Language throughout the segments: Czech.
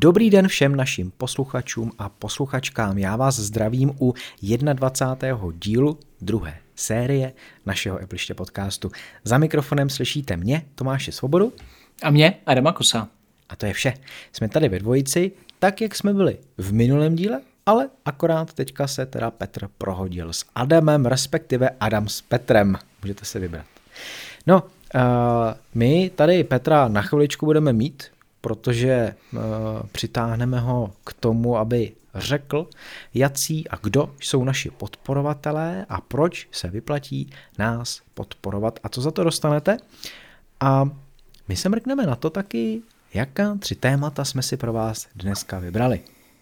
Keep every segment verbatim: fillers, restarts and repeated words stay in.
Dobrý den všem našim posluchačům a posluchačkám. Já vás zdravím u dvacátého prvního dílu druhé série našeho Appliště podcastu. Za mikrofonem slyšíte mě, Tomáše Svobodu. A mě, Adama Kosa. A to je vše. Jsme tady ve dvojici, tak jak jsme byli v minulém díle, ale akorát teďka se teda Petr prohodil s Adamem, respektive Adam s Petrem. Můžete se vybrat. No, uh, my tady Petra na chviličku budeme mít, protože uh, přitáhneme ho k tomu, aby řekl, jací a kdo jsou naši podporovatelé a proč se vyplatí nás podporovat a co za to dostanete. A my se mrkneme na to taky, jaká tři témata jsme si pro vás dneska vybrali.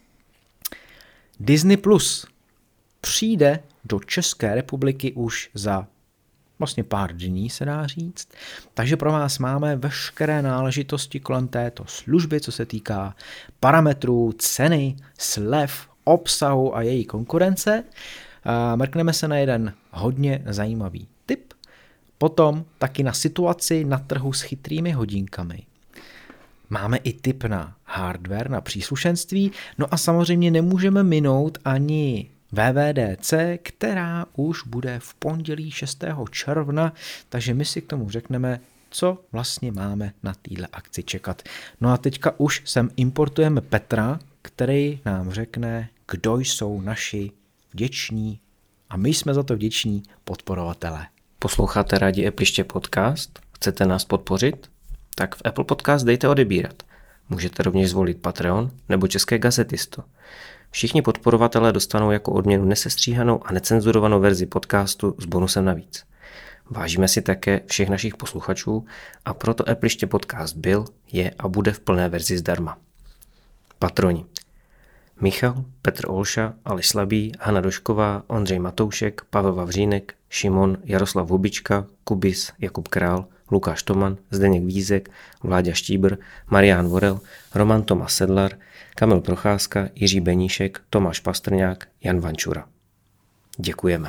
Disney Plus přijde do České republiky už za vlastně pár dní, se dá říct. Takže pro vás máme veškeré náležitosti kolem této služby, co se týká parametrů, ceny, slev, obsahu a její konkurence. Mrkneme se na jeden hodně zajímavý tip. Potom taky na situaci na trhu s chytrými hodinkami. Máme i tip na hardware, na příslušenství. No a samozřejmě nemůžeme minout ani W W D C, která už bude v pondělí šestého června, takže my si k tomu řekneme, co vlastně máme na téhle akci čekat. No a teďka už sem importujeme Petra, který nám řekne, kdo jsou naši vděční, a my jsme za to vděční, podporovatelé. Posloucháte rádi Appliště podcast? Chcete nás podpořit? Tak v Apple Podcast dejte odebírat. Můžete rovněž zvolit Patreon nebo České gazetisto. Všichni podporovatelé dostanou jako odměnu nesestříhanou a necenzurovanou verzi podcastu s bonusem navíc. Vážíme si také všech našich posluchačů a proto Appliště podcast byl, je a bude v plné verzi zdarma. Patroni: Michal, Petr Olša, Aleš Slabý, Hana Došková, Ondřej Matoušek, Pavel Vavřínek, Šimon, Jaroslav Hubička, Kubis, Jakub Král, Lukáš Toman, Zdeněk Vízek, Vláďa Štíbr, Marián Vorel, Roman Tomas Sedlar, Kamil Procházka, Jiří Beníšek, Tomáš Pastrňák, Jan Vančura. Děkujeme.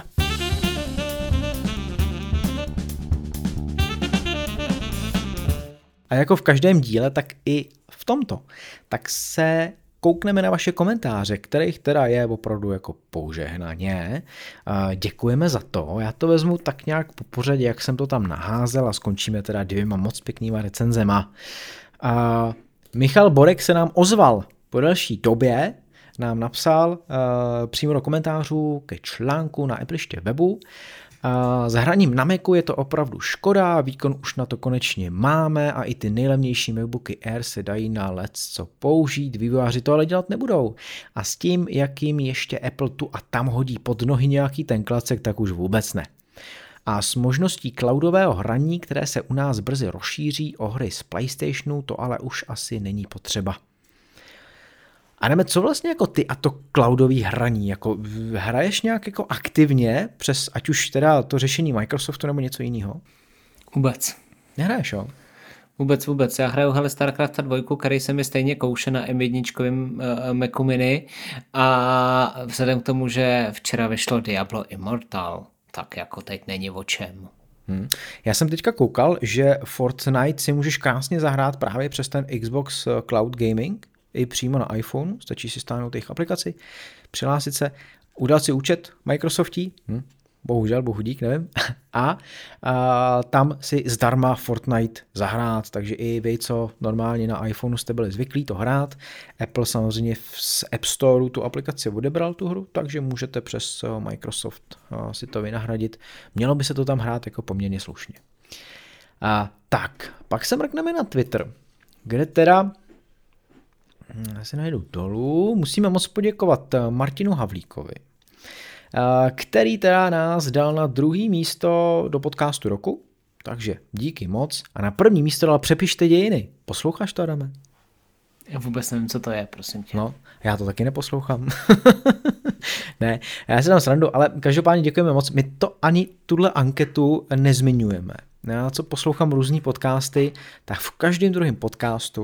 A jako v každém díle, tak i v tomto, tak se koukneme na vaše komentáře, kterých teda je opravdu jako požehnaně. Děkujeme za to, já to vezmu tak nějak po pořadě, jak jsem to tam naházel a skončíme teda dvěma moc pěknýma recenzema. A Michal Borek se nám ozval po delší době, nám napsal uh, přímo do komentářů ke článku na Appliště webu. Uh, s hraním na Macu je to opravdu škoda, výkon už na to konečně máme a i ty nejlevnější MacBooky Air se dají na lecco použít, vývojáři to ale dělat nebudou. A s tím, jakým ještě Apple tu a tam hodí pod nohy nějaký ten klacek, tak už vůbec ne. A s možností cloudového hraní, které se u nás brzy rozšíří o hry z PlayStationu, to ale už asi není potřeba. A jdeme, co vlastně jako ty a to cloudový hraní? Jako hraješ nějak jako aktivně přes ať už teda to řešení Microsoftu nebo něco jiného? Vůbec. Nehraješ, jo? Vůbec, vůbec. Já hraju hele StarCrafta dva, který se mi stejně kouše na M jedna uh, Macu Mini a vzhledem k tomu, že včera vyšlo Diablo Immortal, tak jako teď není o čem. Hmm. Já jsem teďka koukal, že Fortnite si můžeš krásně zahrát právě přes ten Xbox Cloud Gaming, i přímo na iPhone, stačí si stáhnout jejich aplikaci, přihlásit se, udělat si účet Microsoftí, hm, bohužel, bohudík, nevím, a, a tam si zdarma Fortnite zahrát, takže i vy, co normálně na iPhoneu jste byli zvyklí to hrát, Apple samozřejmě z App Storeu tu aplikaci odebral tu hru, takže můžete přes Microsoft si to vynahradit. Mělo by se to tam hrát jako poměrně slušně. A, tak, pak se mrkneme na Twitter, kde teda já si najdu dolů. Musíme moc poděkovat Martinu Havlíkovi, který teda nás dal na druhý místo do podcastu roku, takže díky moc. A na první místo dal Přepište dějiny. Posloucháš to, Adame? Já vůbec nevím, co to je, prosím tě. No, já to taky neposlouchám. Ne, já si dám srandu, ale každopádně děkujeme moc. My to ani tuhle anketu nezmiňujeme. Já co poslouchám různý podcasty, tak v každém druhém podcastu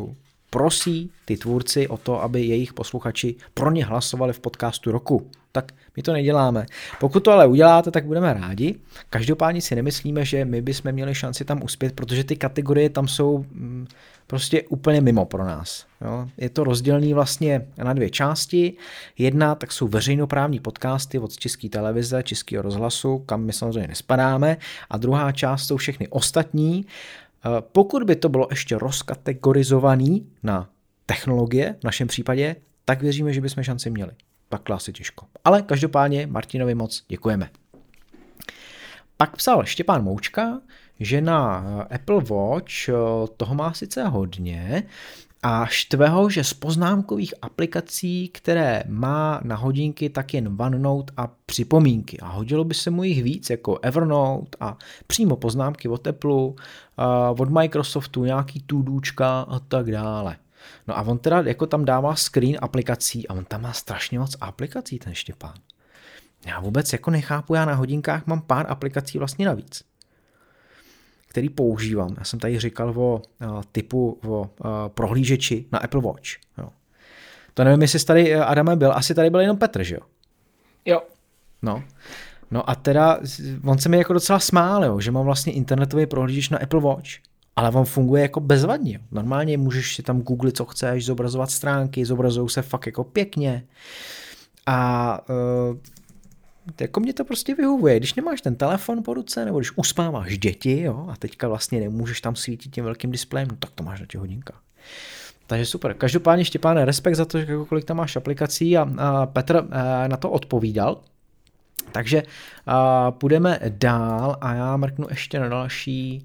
prosí ty tvůrci o to, aby jejich posluchači pro ně hlasovali v podcastu roku. Tak my to neděláme. Pokud to ale uděláte, tak budeme rádi. Každopádně si nemyslíme, že my bychom měli šanci tam uspět, protože ty kategorie tam jsou mm, prostě úplně mimo pro nás. Jo? Je to rozdělený vlastně na dvě části. Jedna, tak jsou veřejnoprávní podcasty od České televize, Českého rozhlasu, kam my samozřejmě nespadáme. A druhá část jsou všechny ostatní. Pokud by to bylo ještě rozkategorizovaný na technologie, v našem případě, tak věříme, že bychom šanci měli. Takhle asi těžko. Ale každopádně Martinovi moc děkujeme. Pak psal Štěpán Moučka, že na Apple Watch toho má sice hodně a štve ho, že z poznámkových aplikací, které má na hodinky, tak jen OneNote a připomínky. A hodilo by se mu jich víc, jako Evernote a přímo poznámky od Apple, od Microsoftu, nějaký tudůčka a tak dále. No a on teda jako tam dává screen aplikací a on tam má strašně moc aplikací, ten Štěpán. Já vůbec jako nechápu, já na hodinkách mám pár aplikací vlastně navíc, který používám. Já jsem tady říkal o uh, typu o uh, prohlížeči na Apple Watch. Jo. To nevím, jestli tady Adame byl, asi tady byl jenom Petr, že jo? Jo. No. No a teda, on se mi jako docela smál, jo, že mám vlastně internetový prohlížeč na Apple Watch, ale on funguje jako bezvadně. Jo. Normálně můžeš si tam googlit, co chceš, zobrazovat stránky, zobrazují se fakt jako pěkně. A uh, jako mě to prostě vyhovuje. Když nemáš ten telefon po ruce, nebo když uspáváš děti, jo, a teďka vlastně nemůžeš tam svítit tím velkým displejem, no tak to máš na těch hodinkách. Takže super. Každopádně Štěpáne, respekt za to, že kolik tam máš aplikací a, a Petr a, na to odpovídal. Takže a, půjdeme dál a já mrknu ještě na další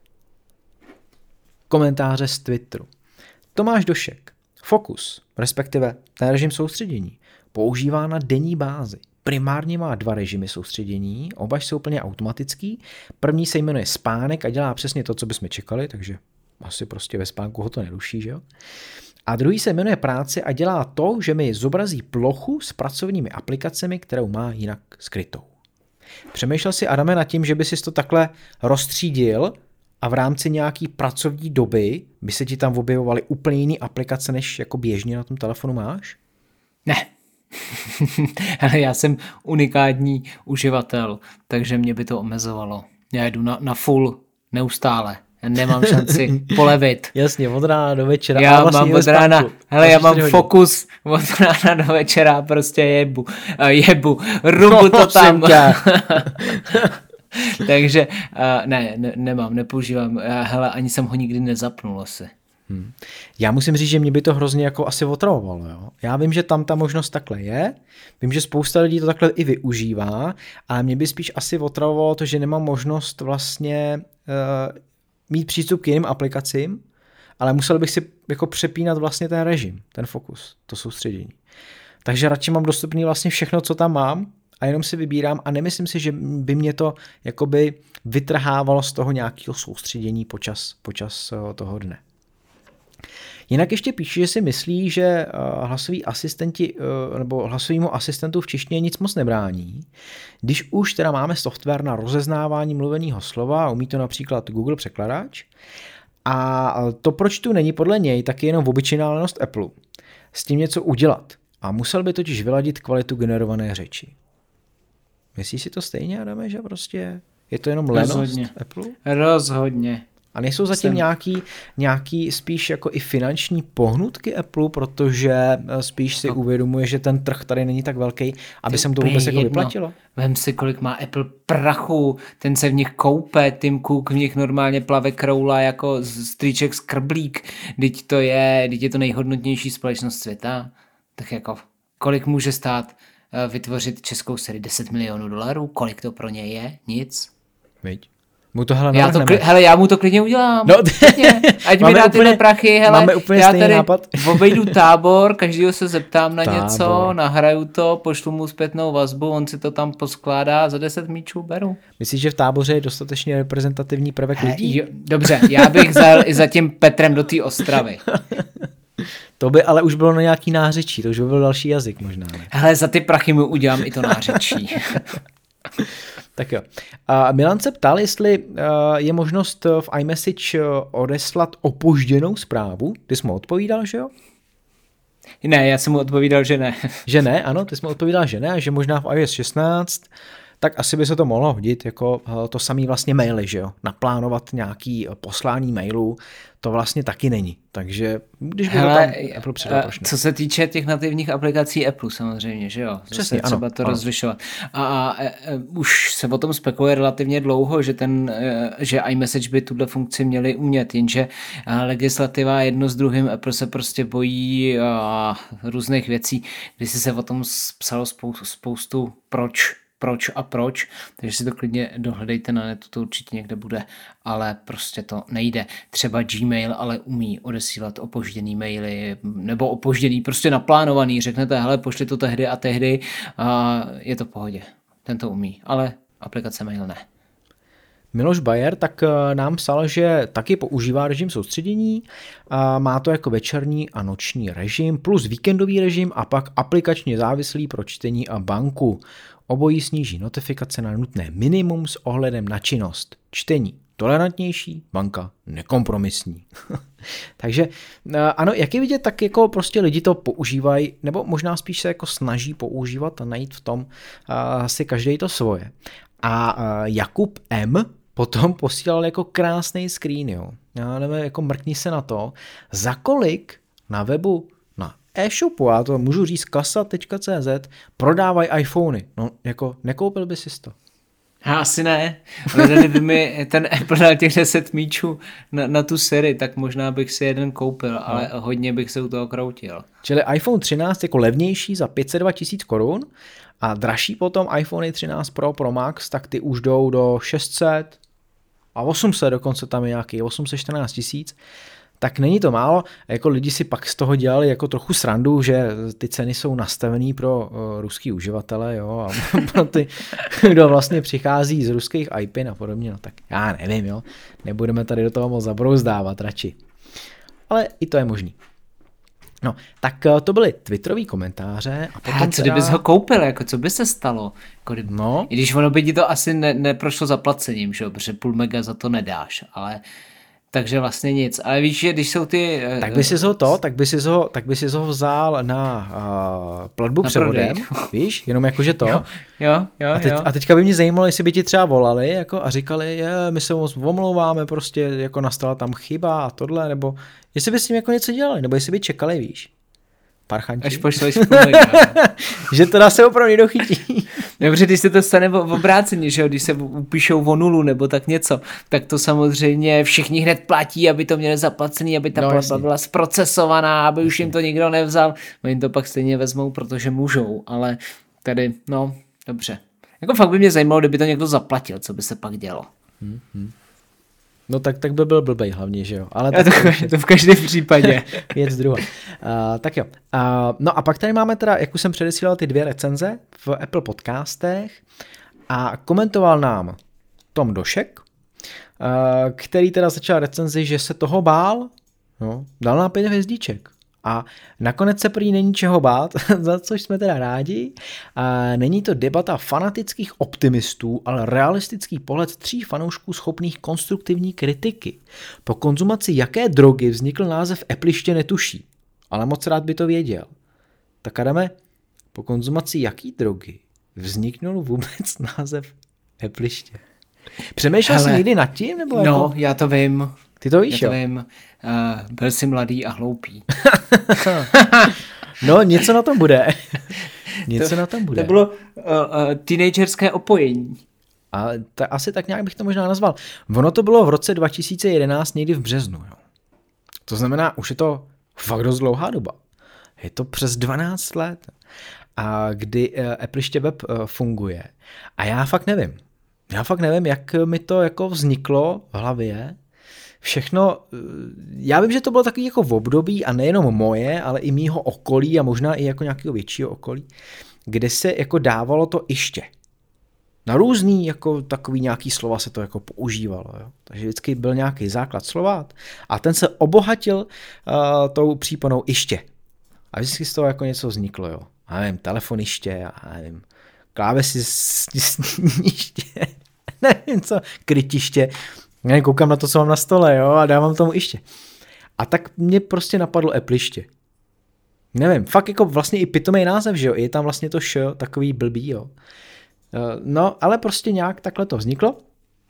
komentáře z Twitteru. Tomáš Došek. Fokus, respektive ten režim soustředění, používá na denní bázi. Primárně má dva režimy soustředění, oba jsou úplně automatický. První se jmenuje spánek a dělá přesně to, co bychom čekali, takže asi prostě ve spánku ho to neruší, že jo? A druhý se jmenuje práce a dělá to, že mi zobrazí plochu s pracovními aplikacemi, kterou má jinak skrytou. Přemýšlel si, Adame, nad tím, že by si to takhle rozstřídil a v rámci nějaký pracovní doby by se ti tam objevovaly úplně jiné aplikace, než jako běžně na tom telefonu máš? Ne. Ale já jsem unikátní uživatel, takže mě by to omezovalo. Já jdu na, na full neustále. Já nemám šanci polevit. Jasně, od rána do večera. Já vlastně mám od rána, hele, já mám hodin. Fokus od rána do večera, prostě jebu, jebu, rubu no, to tam. Takže uh, ne, ne, nemám, nepoužívám. Hele, ani jsem ho nikdy nezapnul asi. Hmm. Já musím říct, že mě by to hrozně jako asi otravovalo. Jo? Já vím, že tam ta možnost takhle je, vím, že spousta lidí to takhle i využívá, ale mě by spíš asi otravovalo to, že nemám možnost vlastně uh, mít přístup k jiným aplikacím, ale musel bych si jako přepínat vlastně ten režim, ten fokus, to soustředění. Takže radši mám dostupný vlastně všechno, co tam mám a jenom si vybírám a nemyslím si, že by mě to jakoby vytrhávalo z toho nějakého soustředění počas, počas toho dne. Jinak ještě píše, že si myslí, že hlasoví asistenti nebo hlasovýmu asistentu v češtině nic moc nebrání. Když už teda máme software na rozeznávání mluveného slova, umí to například Google překladač, a to, proč tu není podle něj, tak je jenom obyčejná lenost Apple. S tím něco udělat. A musel by totiž vyladit kvalitu generované řeči. Myslíš si to stejně, Adame, že prostě je to jenom lenost Rozhodně. Apple? Rozhodně. A nejsou zatím Jsem... nějaký, nějaký spíš jako i finanční pohnutky Apple, protože spíš si no. uvědomuje, že ten trh tady není tak velký, aby se mu to vůbec jako vyplatilo? Vem si, kolik má Apple prachu, ten se v nich koupe, Tim Cook v nich normálně plave kroula jako strýček skrblík, teď to je, teď je to nejhodnotnější společnost světa, tak jako kolik může stát vytvořit českou sérii deset milionů dolarů, kolik to pro ně je? Nic. Viď. Mu to hele já to, hele, já mu to klidně udělám. No, klidně. Ať mi dá tyhle prachy, hele, máme úplně já stejný tady nápad. obejdu tábor, každýho se zeptám na tábor. něco, nahraju to, pošlu mu zpětnou vazbu, on si to tam poskládá, za deset míčů beru. Myslíš, že v táboře je dostatečně reprezentativní prvek He, lidí? Jo, dobře, já bych zajel i za tím Petrem do té Ostravy. To by ale už bylo na nějaký nářečí, to už by byl další jazyk možná. Ne? Hele, za ty prachy mu udělám i to nářečí. Tak jo. A Milan se ptal, jestli uh, je možnost v iMessage odeslat opožděnou zprávu. Ty jsi mu odpovídal, že jo? Ne, já jsem mu odpovídal, že ne. Že ne, ano, ty jsi mu odpovídal, že ne, že možná v iOS šestnáct, tak asi by se to mohlo hodit, jako to samý vlastně maily, že jo, naplánovat nějaký poslání mailů, to vlastně taky není, takže když by Hele, to tam Apple přidal, proč ne? Co se týče těch nativních aplikací Apple samozřejmě, že jo, zase přesně, třeba ano, to ano. rozlišovat. A, a, a už se o tom spekuluje relativně dlouho, že ten, že iMessage by tuhle funkci měli umět, jenže legislativa jedno s druhým, Apple se prostě bojí a, různých věcí, když se o tom psalo spoustu, spoustu proč, proč a proč, takže si to klidně dohledejte na netu, to určitě někde bude, ale prostě to nejde. Třeba Gmail ale umí odesílat opožděný maily, nebo opožděný, prostě naplánovaný, řeknete, hele, pošli to tehdy a tehdy a je to v pohodě. Ten to umí, ale aplikace mail ne. Miloš Bayer tak nám psal, že taky používá režim soustředění, a má to jako večerní a noční režim plus víkendový režim a pak aplikačně závislý pro čtení a banku. Obojí sníží notifikace na nutné minimum s ohledem na činnost. Čtení tolerantnější, banka nekompromisní. Takže ano, jak je vidět, tak jako prostě lidi to používají, nebo možná spíš se jako snaží používat a najít v tom asi každý to svoje. A Jakub M. potom posílal jako krásný screen, jo. Já nevím, jako mrkni se na to, za kolik na webu, na e-shopu, já to můžu říct kasa tečka cé zet, prodávají iPhony. No, jako nekoupil by si to. Já asi ne, ale kdyby mi ten Apple dal těch deset míčů na, na tu sérii, tak možná bych si jeden koupil, no. Ale hodně bych se u toho kroutil. Čili iPhone třináct jako levnější za pět set dva tisíc korun a dražší potom iPhone třináct Pro Pro Max, tak ty už jdou do šest set a osm set, dokonce tam je nějaký osm set čtrnáct tisíc. Tak není to málo, jako lidi si pak z toho dělali jako trochu srandu, že ty ceny jsou nastavený pro uh, ruský uživatele, jo, a pro ty, kdo vlastně přichází z ruských í pé a podobně, no tak já nevím, jo, nebudeme tady do toho moc zabrouzdávat radši. Ale i to je možný. No, tak uh, to byly twitterový komentáře. A potom a co teda... kdybys ho koupil, jako co by se stalo? Jako kdyby... No. I když ono by ti to asi ne, neprošlo zaplacením, že jo, protože půl mega za to nedáš, ale... Takže vlastně nic. Ale víš, že když jsou ty... Tak by si ho to, tak by si ho, tak by si ho vzal na uh, platbu na převodem, víš, jenom jakože to. Jo, jo, jo, a, teď, jo. a teďka by mě zajímalo, jestli by ti třeba volali jako, a říkali, je, my se moc omlouváme, prostě jako nastala tam chyba a tohle, nebo jestli by s tím jako něco dělali, nebo jestli by čekali, víš. Parchanti. Až pošleš půl mega. Že teda se opravdu dochytí. Dobře, když se to stane v obráceně, že jo, když se upíšou o nulu nebo tak něco, tak to samozřejmě všichni hned platí, aby to měli zaplacený, aby ta no, platba byla zprocesovaná, aby jasně. Už jim to nikdo nevzal. Oni to pak stejně vezmou, protože můžou, ale tady, no, dobře. Jako fakt by mě zajímalo, kdyby to někdo zaplatil, co by se pak dělo. Hmm. No tak, tak by byl blbej hlavně, že jo. Ale tak to, to, to v každém případě. Věc druhá. Uh, tak jo. Uh, no a pak tady máme teda, jak už jsem předesílal, ty dvě recenze v Apple podcastech a komentoval nám Tom Došek, uh, který teda začal recenzi, že se toho bál, no, dal nám pět hvězdíček. A nakonec se prý není čeho bát, za což jsme teda rádi. A není to debata fanatických optimistů, ale realistický pohled tří fanoušků schopných konstruktivní kritiky. Po konzumaci jaké drogy vznikl název Appliště netuší, ale moc rád by to věděl. Tak Adame, po konzumaci jaký drogy vzniknul vůbec název Appliště? Přemýšlel jsi někdy nad tím? Nebo no, jako... já to vím. Ty to víš, já jo? to vím. Uh, byl jsi mladý a hloupý. No, něco na tom bude. Něco to, na tom bude. To bylo uh, uh, teenagerské opojení. A ta, asi tak nějak bych to možná nazval. Ono to bylo v roce dva tisíce jedenáct, někdy v březnu. Jo. To znamená, už je to fakt dost dlouhá doba. Je to přes dvanáct let, a kdy uh, Appliště web uh, funguje. A já fakt nevím. Já fakt nevím, jak mi to jako vzniklo v hlavě. Všechno, já vím, že to bylo takový jako v období a nejenom moje, ale i mýho okolí a možná i jako nějakého většího okolí, kde se jako dávalo to iště. Na různý jako takový nějaký slova se to jako používalo. Jo. Takže vždycky byl nějaký základ slova a ten se obohatil uh, tou příponou iště. A vždycky z toho jako něco vzniklo. Jo. Já nevím, telefoniště, já nevím, klávesy, sníště, nevím co, krytiště. Já koukám na to, co mám na stole, jo, a dávám tomu iště. A tak mě prostě napadlo Appleiště. Nevím, fakt jako vlastně i pitomej název, že jo, je tam vlastně to š, takový blbý, jo. No, ale prostě nějak takhle to vzniklo.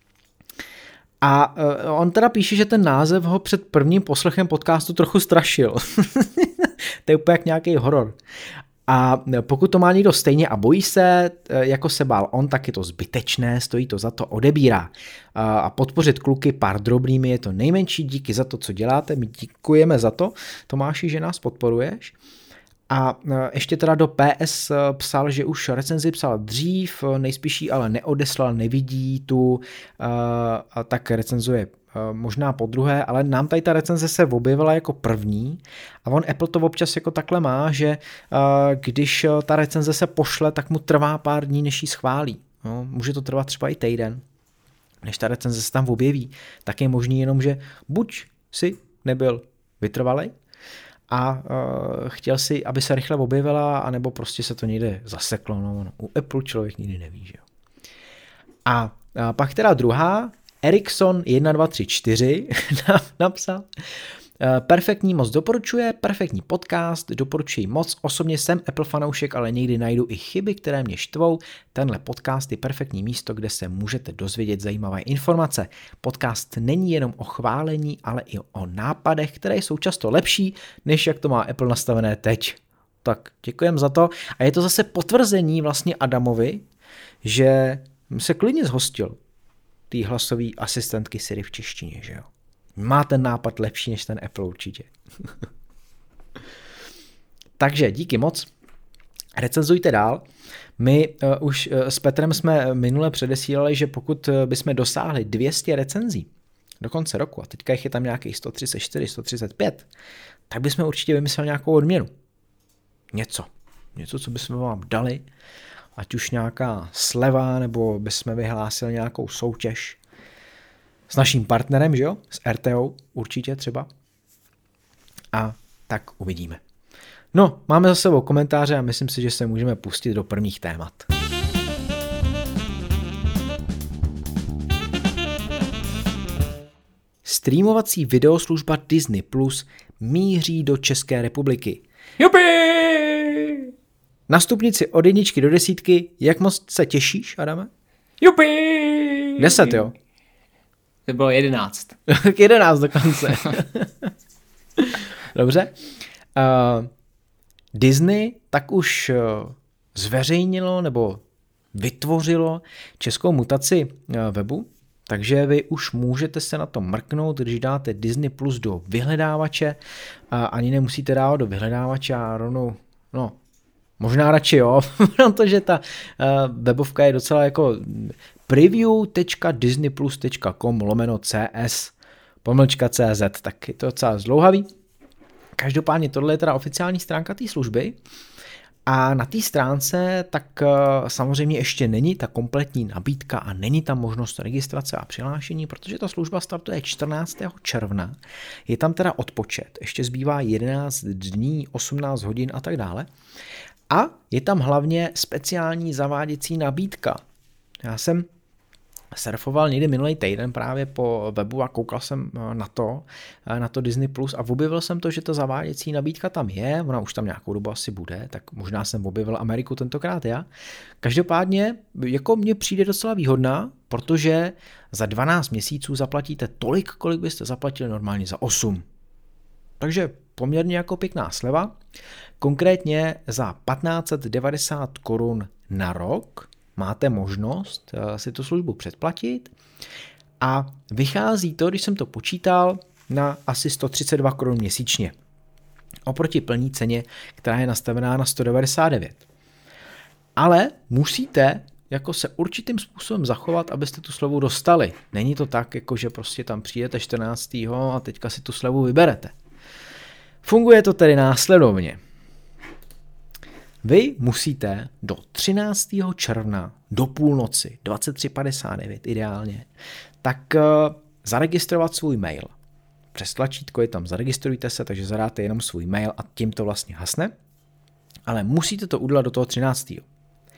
A on teda píše, že ten název ho před prvním poslechem podcastu trochu strašil. To je úplně jak nějaký horor. A pokud to má někdo stejně a bojí se, jako se bál on, tak je to zbytečné, stojí to za to, odebírá. A podpořit kluky pár drobnými je to nejmenší, díky za to, co děláte, my děkujeme za to, Tomáši, že nás podporuješ. A ještě teda do P S psal, že už recenzi psal dřív, nejspíš ji ale neodeslal, nevidí tu, a tak recenzuje možná po druhé, ale nám tady ta recenze se objevila jako první a on Apple to občas jako takhle má, že když ta recenze se pošle, tak mu trvá pár dní, než ji schválí. No, může to trvat třeba i týden, než ta recenze se tam objeví. Tak je možný jenom, že buď si nebyl vytrvalej a uh, chtěl si, aby se rychle objevila, anebo prostě se to někde zaseklo. No, no. U Apple člověk nikdy neví, že jo. A, a pak teda druhá, Ericsson jedna dva tři čtyři napsal. Perfektní, moc doporučuje, perfektní podcast, doporučuji moc. Osobně jsem Apple fanoušek, ale někdy najdu i chyby, které mě štvou. Tenhle podcast je perfektní místo, kde se můžete dozvědět zajímavé informace. Podcast není jenom o chválení, ale i o nápadech, které jsou často lepší, než jak to má Apple nastavené teď. Tak děkujem za to. A je to zase potvrzení vlastně Adamovi, že se klidně zhostil té hlasové asistentky Siri v češtině, že jo. Má ten nápad lepší než ten Apple určitě. Takže díky moc. Recenzujte dál. My uh, už uh, s Petrem jsme minule předesílali, že pokud bychom dosáhli dvě stě recenzí do konce roku, a teďka jich je tam nějakých sto třicet čtyři, sto třicet pět, tak bychom určitě vymysleli nějakou odměnu. Něco. Něco, co bychom vám dali, ať už nějaká sleva, nebo bychom vyhlásili nějakou soutěž s naším partnerem, že jo? S R T O určitě třeba. A tak uvidíme. No, máme za sebou komentáře a myslím si, že se můžeme pustit do prvních témat. Streamovací videoslužba Disney Plus míří do České republiky. Jupi! Na stupnici od jedničky do desítky, jak moc se těšíš, Adame? Jupi! Deset, jo? To bylo jedenáct. jedenáct dokonce. Dobře. Uh, Disney tak už uh, zveřejnilo nebo vytvořilo českou mutaci uh, webu, takže vy už můžete se na to mrknout, když dáte Disney Plus do vyhledávače, uh, ani nemusíte dávat do vyhledávače a rovnou, no, možná radši jo, protože ta uh, webovka je docela jako preview tečka disney plus tečka com lomeno cs pomlčka cz, tak je to docela zdlouhavý. Každopádně tohle je teda oficiální stránka té služby a na té stránce tak uh, samozřejmě ještě není ta kompletní nabídka a není tam možnost registrace a přihlášení, protože ta služba startuje čtrnáctého června. Je tam teda odpočet, ještě zbývá jedenáct dní, osmnáct hodin a tak dále. A je tam hlavně speciální zaváděcí nabídka. Já jsem surfoval někdy minulý týden právě po webu a koukal jsem na to, na to Disney Plus a objevil jsem to, že ta zaváděcí nabídka tam je, ona už tam nějakou dobu asi bude, tak možná jsem objevil Ameriku tentokrát já. Každopádně jako mně přijde docela výhodná, protože za dvanáct měsíců zaplatíte tolik, kolik byste zaplatili normálně za osm. Takže poměrně jako pěkná sleva. Konkrétně za patnáct set devadesát korun na rok máte možnost si tu službu předplatit a vychází to, když jsem to počítal, na asi sto třicet dva korun měsíčně. Oproti plní ceně, která je nastavená na sto devadesát devět. Ale musíte jako se určitým způsobem zachovat, abyste tu slevu dostali. Není to tak, jako že prostě tam přijdete čtrnáctého a teďka si tu slevu vyberete. Funguje to tedy následovně. Vy musíte do třináctého června do půlnoci, dvacet tři padesát devět ideálně, tak uh, zaregistrovat svůj mail. Přes tlačítko je tam zaregistrujte se, takže zadáte jenom svůj mail a tím to vlastně hasne. Ale musíte to udělat do toho třináctého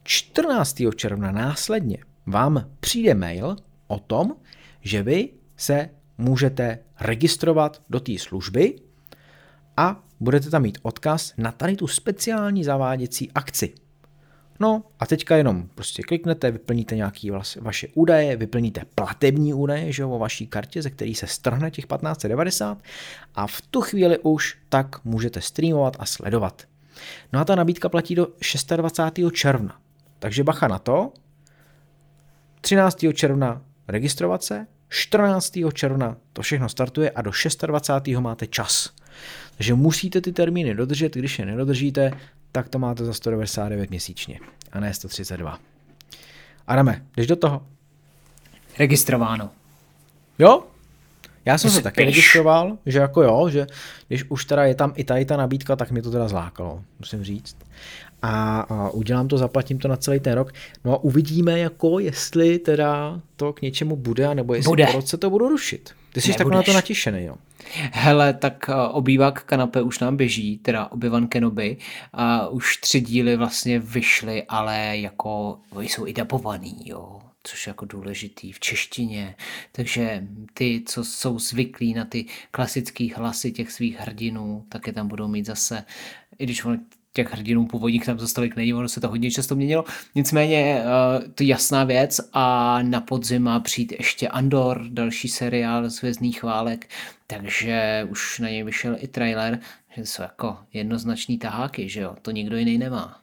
čtrnáctého června následně vám přijde mail o tom, že vy se můžete registrovat do té služby a budete tam mít odkaz na tady tu speciální zaváděcí akci. No a teďka jenom prostě kliknete, vyplníte nějaké vaše údaje, vyplníte platební údaje, že jo, o vaší kartě, ze který se strhne těch patnáct set devadesát a v tu chvíli už tak můžete streamovat a sledovat. No a ta nabídka platí do dvacátého šestého června. Takže bacha na to, třináctého června registrovat se, čtrnáctého června to všechno startuje a do dvacátého šestého máte čas. Takže musíte ty termíny dodržet, když je nedodržíte, tak to máte za sto devadesát devět měsíčně a ne sto třicet dva. Adame, jdeš do toho? Registrováno. Jo? Já jsem Jsi se taky píš. registroval, že jako jo, že když už teda je tam i tady ta nabídka, tak mě to teda zlákalo, musím říct. A, a udělám to, zaplatím to na celý ten rok. No a uvidíme, jako jestli teda to k něčemu bude, nebo jestli Bude. po roce to budu rušit. Ty jsi takhle na to natěšený, jo? Hele, tak uh, obývák kanape už nám běží, teda Obi-Wan Kenobi, a už tři díly vlastně vyšly, ale jako jsou i dabovaný, jo, což je jako důležitý v češtině, takže ty, co jsou zvyklí na ty klasické hlasy těch svých hrdinů, tak je tam budou mít zase, i když on těch hrdinů původních tam za stolik není, ono se to hodně často měnilo. Nicméně uh, to je jasná věc a na podzim má přijít ještě Andor, další seriál z Hvězdných válek, takže už na něj vyšel i trailer, že jsou jako jednoznačný taháky, že jo, to nikdo jiný nemá.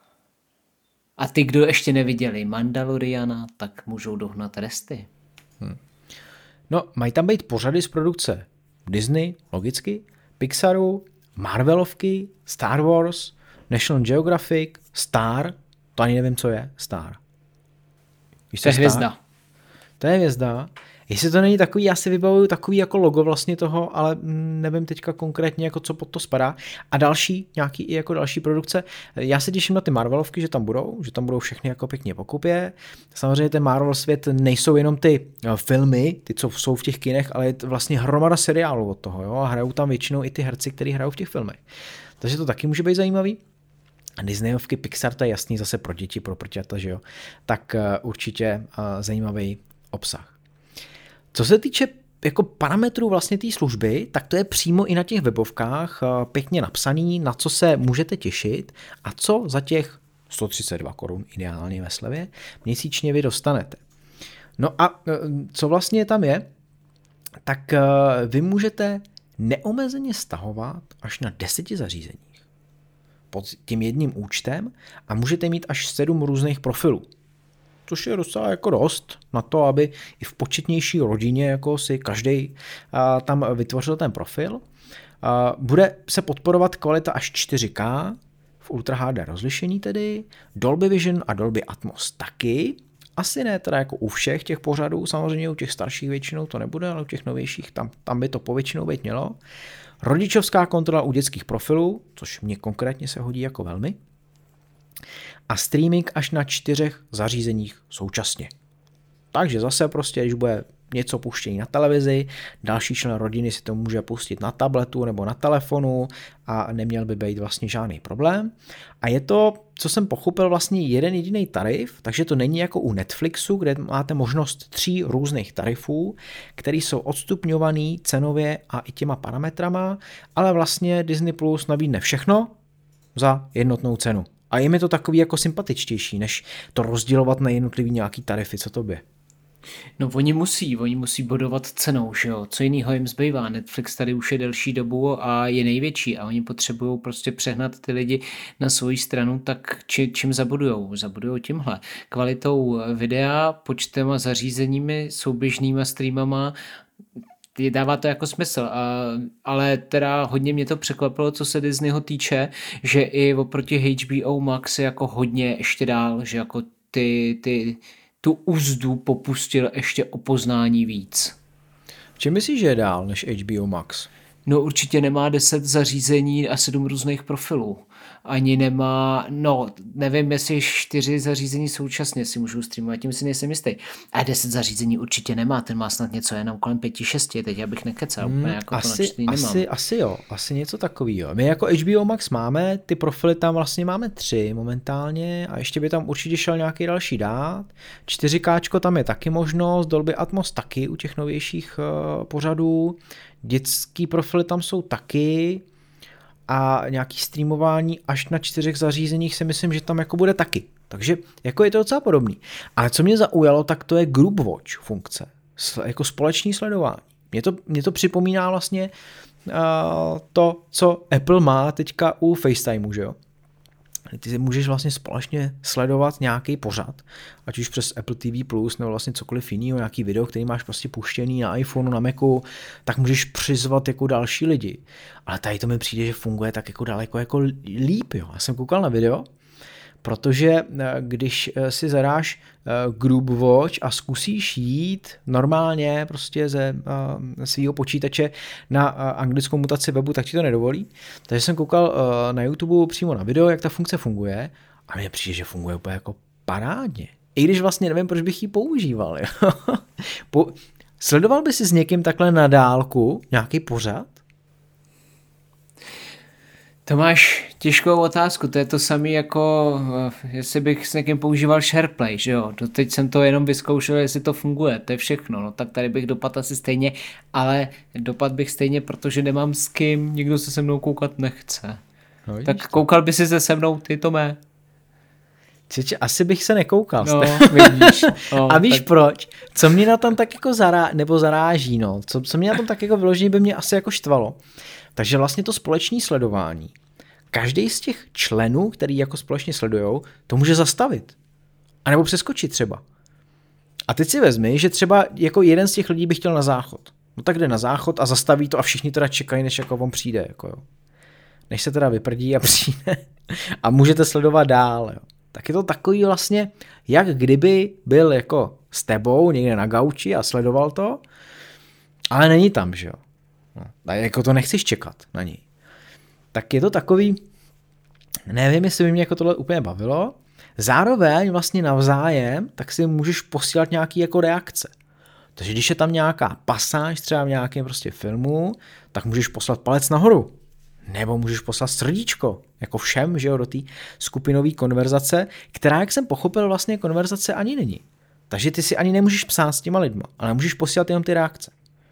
A ty, kdo ještě neviděli Mandaloriana, tak můžou dohnat resty. Hmm. No, mají tam být pořady z produkce Disney, logicky, Pixaru, Marvelovky, Star Wars, National Geographic, Star, to ani nevím, co je, Star. Víš, To je Star? hvězda. To je hvězda. Jestli to není takový, já si vybavuju takový jako logo vlastně toho, ale nevím teďka konkrétně, jako co pod to spadá. A další, nějaký i jako další produkce. Já se těším na ty Marvelovky, že tam budou, že tam budou všechny jako pěkně pokupě. Samozřejmě ten Marvel svět nejsou jenom ty filmy, ty, co jsou v těch kinech, ale je to vlastně hromada seriálů od toho, jo? A hrajou tam většinou i ty herci, kteří hrajou v těch filmech. Takže to taky může být zajímavý. A Disneyovky, Pixar, to je jasný zase pro děti, pro prťata, že jo. Tak uh, určitě uh, zajímavý obsah. Co se týče jako parametrů vlastně té služby, tak to je přímo i na těch webovkách pěkně napsaný, na co se můžete těšit a co za těch sto třicet dva korun ideálně ve slevě měsíčně vy dostanete. No a co vlastně tam je, tak vy můžete neomezeně stahovat až na deseti zařízeních pod tím jedním účtem a můžete mít až sedm různých profilů. Což je docela jako dost na to, aby i v početnější rodině jako si každý tam vytvořil ten profil. A bude se podporovat kvalita až čtyři ká v Ultra H D rozlišení tedy, Dolby Vision a Dolby Atmos taky. Asi ne teda jako u všech těch pořadů, samozřejmě u těch starších většinou to nebude, ale u těch novějších tam, tam by to povětšinou být mělo. Rodičovská kontrola u dětských profilů, což mě konkrétně se hodí jako velmi. A streaming až na čtyřech zařízeních současně. Takže zase prostě, když bude něco puštění na televizi, další člen rodiny si to může pustit na tabletu nebo na telefonu a neměl by být vlastně žádný problém. A je to, co jsem pochopil, vlastně jeden jediný tarif, takže to není jako u Netflixu, kde máte možnost tří různých tarifů, které jsou odstupňovaný cenově a i těma parametrama, ale vlastně Disney Plus nabídne všechno za jednotnou cenu. A je mi to takový jako sympatičtější, než to rozdělovat na jednotlivý nějaký tarify, co tobě. No oni musí, oni musí bodovat cenou, že jo, co jinýho jim zbývá, Netflix tady už je delší dobu a je největší a oni potřebují prostě přehnat ty lidi na svoji stranu, tak či, čím zabudujou? Zabudujou tímhle. Kvalitou videa, počtem a zařízeními, souběžnýma streamama, dává to jako smysl, a, ale teda hodně mě to překvapilo, co se Disneyho týče, že i oproti H B O Max je jako hodně ještě dál, že jako ty, ty tu uzdu popustil ještě o poznání víc. V čem myslíš, že je dál než H B O Max? No určitě nemá deset zařízení a sedm různých profilů. ani nemá, no, nevím, jestli čtyři zařízení současně si můžou streamovat, tím si nejsem jistý. A deset zařízení určitě nemá, ten má snad něco jenom kolem pěti, šesti, teď já bych nekecal, Hmm, úplně jako to asi, načtený nemám. asi, asi jo, asi něco takového. My jako H B O Max máme, ty profily tam vlastně máme tři momentálně a ještě by tam určitě šel nějaký další dát. čtyři ká tam je taky možnost, Dolby Atmos taky u těch novějších uh, pořadů, dětský profily tam jsou taky a nějaký streamování až na čtyřech zařízeních si myslím, že tam jako bude taky. Takže jako je to docela podobný. Ale co mě zaujalo, tak to je Group Watch funkce, jako společný sledování. Mě to, mě to připomíná vlastně uh, to, co Apple má teďka u FaceTimeu, že jo? Ty si můžeš vlastně společně sledovat nějaký pořad, ať už přes Apple T V plus, nebo vlastně cokoliv jiného, nějaký video, který máš prostě puštěný na iPhoneu, na Macu, tak můžeš přizvat jako další lidi. Ale tady to mi přijde, že funguje tak jako daleko jako líp, jo. Já jsem koukal na video, protože když si zadáš Group Watch a zkusíš jít normálně prostě ze svého počítače na anglickou mutaci webu, tak ti to nedovolí. Takže jsem koukal na YouTube přímo na video, jak ta funkce funguje a mně přijde, že funguje úplně jako parádně. I když vlastně nevím, proč bych ji používal. Jo? Po... Sledoval by si s někým takhle na dálku nějaký pořad? To máš těžkou otázku, to je to samé jako, jestli bych s někým používal SharePlay, že jo, teď jsem to jenom vyzkoušel, jestli to funguje, to je všechno, no tak tady bych dopad asi stejně, ale dopad bych stejně, protože nemám s kým, nikdo se se mnou koukat nechce. No, tak to. Koukal by si se se mnou, ty to mé. Čiže asi bych se nekoukal. No, vidíš. No, a víš tak... proč? Co mě na tom tak jako zará, nebo zaráží, no, co, co mě na tom tak jako vyloženě by mě asi jako štvalo. Takže vlastně to společné sledování, každý z těch členů, který jako společně sledujou, to může zastavit. A nebo přeskočit třeba. A teď si vezmi, že třeba jako jeden z těch lidí by chtěl na záchod. No tak jde na záchod a zastaví to a všichni teda čekají, než jako on přijde. Jako jo. Než se teda vyprdí a přijde. A můžete sledovat dál. Jo. Tak je to takový vlastně, jak kdyby byl jako s tebou někde na gauči a sledoval to, ale není tam, že jo. No, a jako to nechceš čekat na něj. Tak je to takový, nevím, jestli by mě jako tohle úplně bavilo, zároveň vlastně navzájem, tak si můžeš posílat nějaký jako reakce. Takže když je tam nějaká pasáž třeba v nějakém prostě filmu, tak můžeš poslat palec nahoru. Nebo můžeš poslat srdíčko, jako všem, že jo, do té skupinové konverzace, která, jak jsem pochopil, vlastně konverzace ani není. Takže ty si ani nemůžeš psát s těma lidma, ale můžeš posílat jenom ty reakce.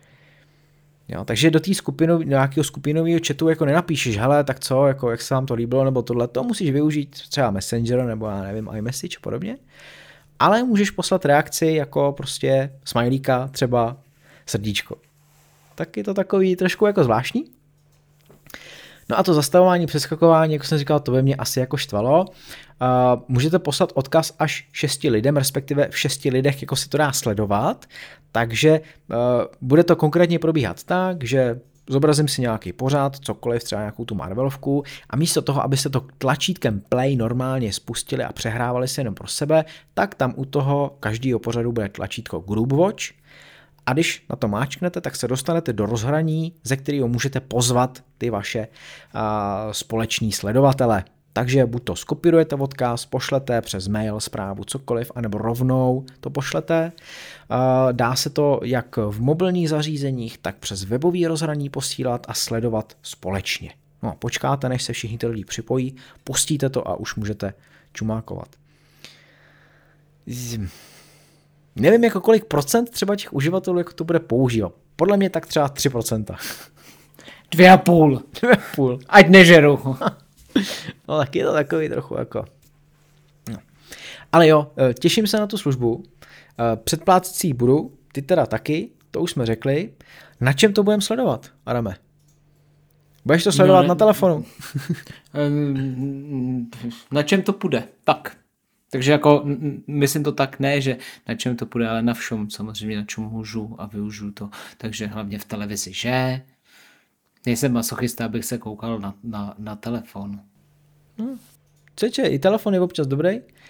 Jo, takže do té skupiny, nějakého skupinového chatu jako nenapíšeš, hele, tak co, jako, jak se vám to líbilo, nebo tohle, to musíš využít třeba Messenger, nebo já nevím, iMessage a podobně, ale můžeš poslat reakci jako prostě smajlíka, třeba srdíčko. Tak je to takový trošku jako zvláštní. No a to zastavování, přeskakování, jako jsem říkal, to by mě asi jako štvalo. Uh, můžete poslat odkaz až šesti lidem, respektive v šesti lidech, jako se to dá sledovat, takže uh, bude to konkrétně probíhat tak, že zobrazím si nějaký pořad, cokoliv, třeba nějakou tu Marvelovku a místo toho, aby se to tlačítkem play normálně spustili a přehrávali se jenom pro sebe, tak tam u toho každého pořadu bude tlačítko Group Watch. A když na to máčknete, tak se dostanete do rozhraní, ze kterého můžete pozvat ty vaše uh, společní sledovatele. Takže buď to skopírujete odkaz, pošlete přes mail, zprávu, cokoliv, anebo rovnou to pošlete. Uh, dá se to jak v mobilních zařízeních, tak přes webový rozhraní posílat a sledovat společně. No, počkáte, než se všichni ty lidi připojí, pustíte to a už můžete čumákovat. Zim. Nevím, jako kolik procent třeba těch uživatelů jako to bude používat. Podle mě tak třeba tři procenta. Dvě a půl. Dvě a půl. Ať nežeru. No tak je to takový trochu jako... No. Ale jo, těším se na tu službu. Předplácecí budu, ty teda taky, to už jsme řekli. Na čem to budeme sledovat, Adame? Budeš to sledovat no, ne... na telefonu? Na čem to půjde? Tak. Takže jako myslím to tak ne, že na čem to půjde, ale na všem samozřejmě, na čem můžu a využiju to. Takže hlavně v televizi, že? Nejsem masochista, abych se koukal na, na, na telefon. Hmm. Čeče, i telefon je občas dobrý.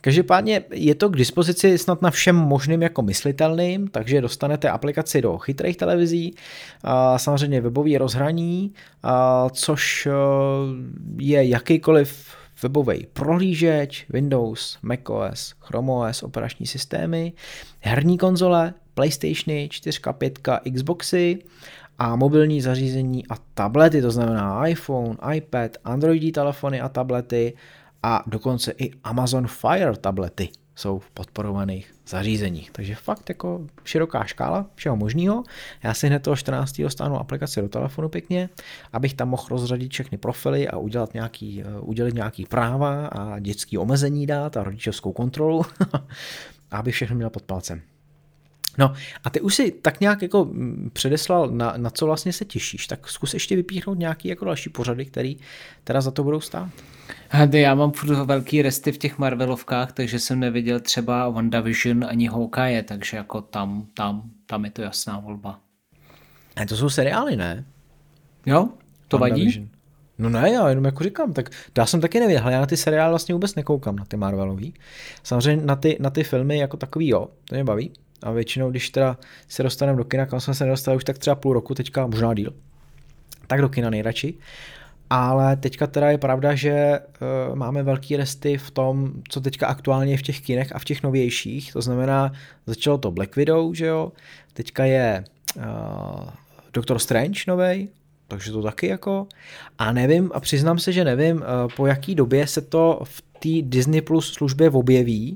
Každopádně je to k dispozici snad na všem možným jako myslitelným, takže dostanete aplikaci do chytrých televizí, samozřejmě webový rozhraní, což je jakýkoliv webový prohlížeč, Windows, macOS, Chrome O S, operační systémy, herní konzole, PlayStationy, čtyři, pět, Xboxy a mobilní zařízení a tablety, to znamená iPhone, iPad, Androidí telefony a tablety a dokonce i Amazon Fire tablety jsou v podporovaných zařízeních. Takže fakt jako široká škála všeho možného. Já si hned toho čtrnáctého stáhnu aplikaci do telefonu pěkně, abych tam mohl rozřadit všechny profily a udělat nějaký, udělit nějaký práva a dětský omezení dát a rodičovskou kontrolu, aby všechno měl pod palcem. No a ty už si tak nějak jako předeslal, na, na co vlastně se těšíš, tak zkus ještě vypíchnout nějaký jako další pořady, který teda za to budou stát. Hady, já mám furt velký resty v těch Marvelovkách, takže jsem neviděl třeba WandaVision ani Hawkeye, takže jako tam, tam, tam je to jasná volba. A to jsou seriály, ne? Jo, to vadí? No ne, já jenom jako říkám, tak já jsem taky nevěděl, já na ty seriály vlastně vůbec nekoukám, na ty Marvelový. Samozřejmě na ty, na ty filmy jako takový jo, to mě baví. A většinou, když teda se dostaneme do kina, kam jsme se nedostali už tak třeba půl roku, teďka možná díl, tak do kina nejradši. Ale teďka teda je pravda, že uh, máme velký resty v tom, co teďka aktuálně je v těch kinech a v těch novějších. To znamená, začalo to Black Widow, že jo, teďka je uh, Doctor Strange novej, takže to taky jako. A nevím, a přiznám se, že nevím, uh, po jaký době se to v té Disney Plus službě objeví,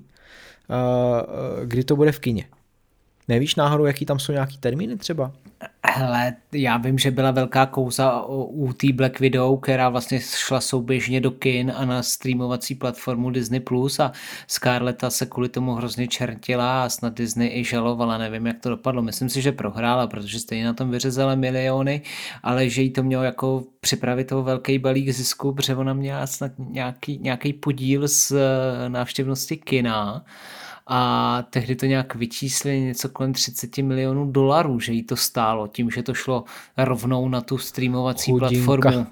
uh, kdy to bude v kině. Nevíš náhodou, jaký tam jsou nějaký termíny třeba? Hele, já vím, že byla velká kouza u té Black Widow, která vlastně šla souběžně do kin a na streamovací platformu Disney Plus a Scarletta se kvůli tomu hrozně čertila a snad Disney i žalovala, nevím, jak to dopadlo. Myslím si, že prohrála, protože stejně na tom vyřezala miliony, ale že jí to mělo jako připravit toho velký balík zisku, protože ona měla snad nějaký, nějaký podíl z návštěvnosti kina. A tehdy to nějak vyčíslili něco kolem třicet milionů dolarů, že jí to stálo, tím, že to šlo rovnou na tu streamovací Chudinka. platformu.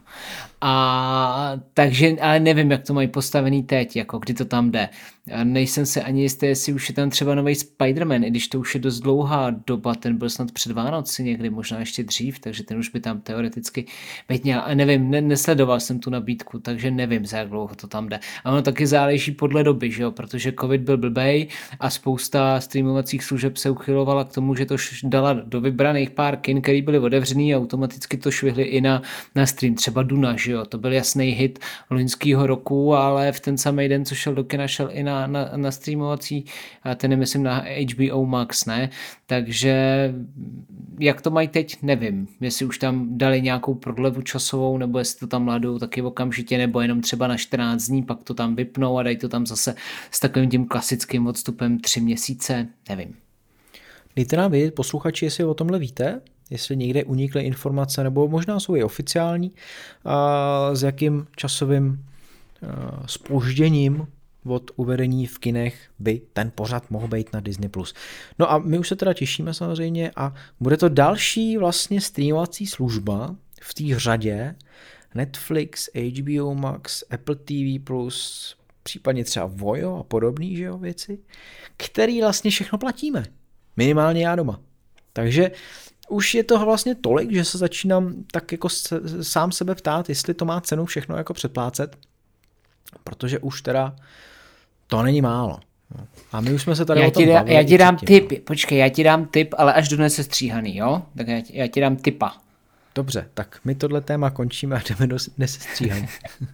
A takže, ale nevím, jak to mají postavený teď, jako kdy to tam jde. A nejsem se ani jistý, jestli už je tam třeba nový Spider-Man, i když to už je dost dlouhá doba, ten byl snad před Vánoci někdy, možná ještě dřív, takže ten už by tam teoreticky být měl. A nevím, ne, nesledoval jsem tu nabídku, takže nevím, za jak dlouho to tam jde. A ono taky záleží podle doby, že jo, protože covid byl blbej a spousta streamovacích služeb se uchylovala k tomu, že to dala do vybraných pár kin, který byly otevřený a automaticky to švihli i na, na stream, třeba Duna, že jo, to byl jasný hit loňského roku, ale v ten samý den, co šel do kina, šel i na, na, na streamovací, a ten je myslím na H B O Max, ne? Takže jak to mají teď, nevím, jestli už tam dali nějakou prodlevu časovou, nebo jestli to tam ladou taky okamžitě, nebo jenom třeba na čtrnáct dní, pak to tam vypnou a dají to tam zase s takovým tím klasickým odstupem tři měsíce, nevím. Dejte nám vědět, posluchači, jestli o tomhle víte, jestli někde unikly informace, nebo možná jsou i oficiální, a s jakým časovým zpožděním od uvedení v kinech by ten pořad mohl být na Disney plus. No a my už se teda těšíme samozřejmě a bude to další vlastně streamovací služba v té řadě Netflix, H B O Max, Apple T V plus, případně třeba Vojo a podobný, že jo, věci, který vlastně všechno platíme. Minimálně já doma. Takže už je toho vlastně tolik, že se začínám tak jako sám sebe ptát, jestli to má cenu všechno jako předplácet, protože už teda to není málo. A my už jsme se tady já o tom ti, bavili. Já ti dám tip, počkej, já ti dám tip, ale až do nesestříhaný, jo? Tak já ti, já ti dám tipa. Dobře, tak my tohle téma končíme a jdeme do nesestříhaný.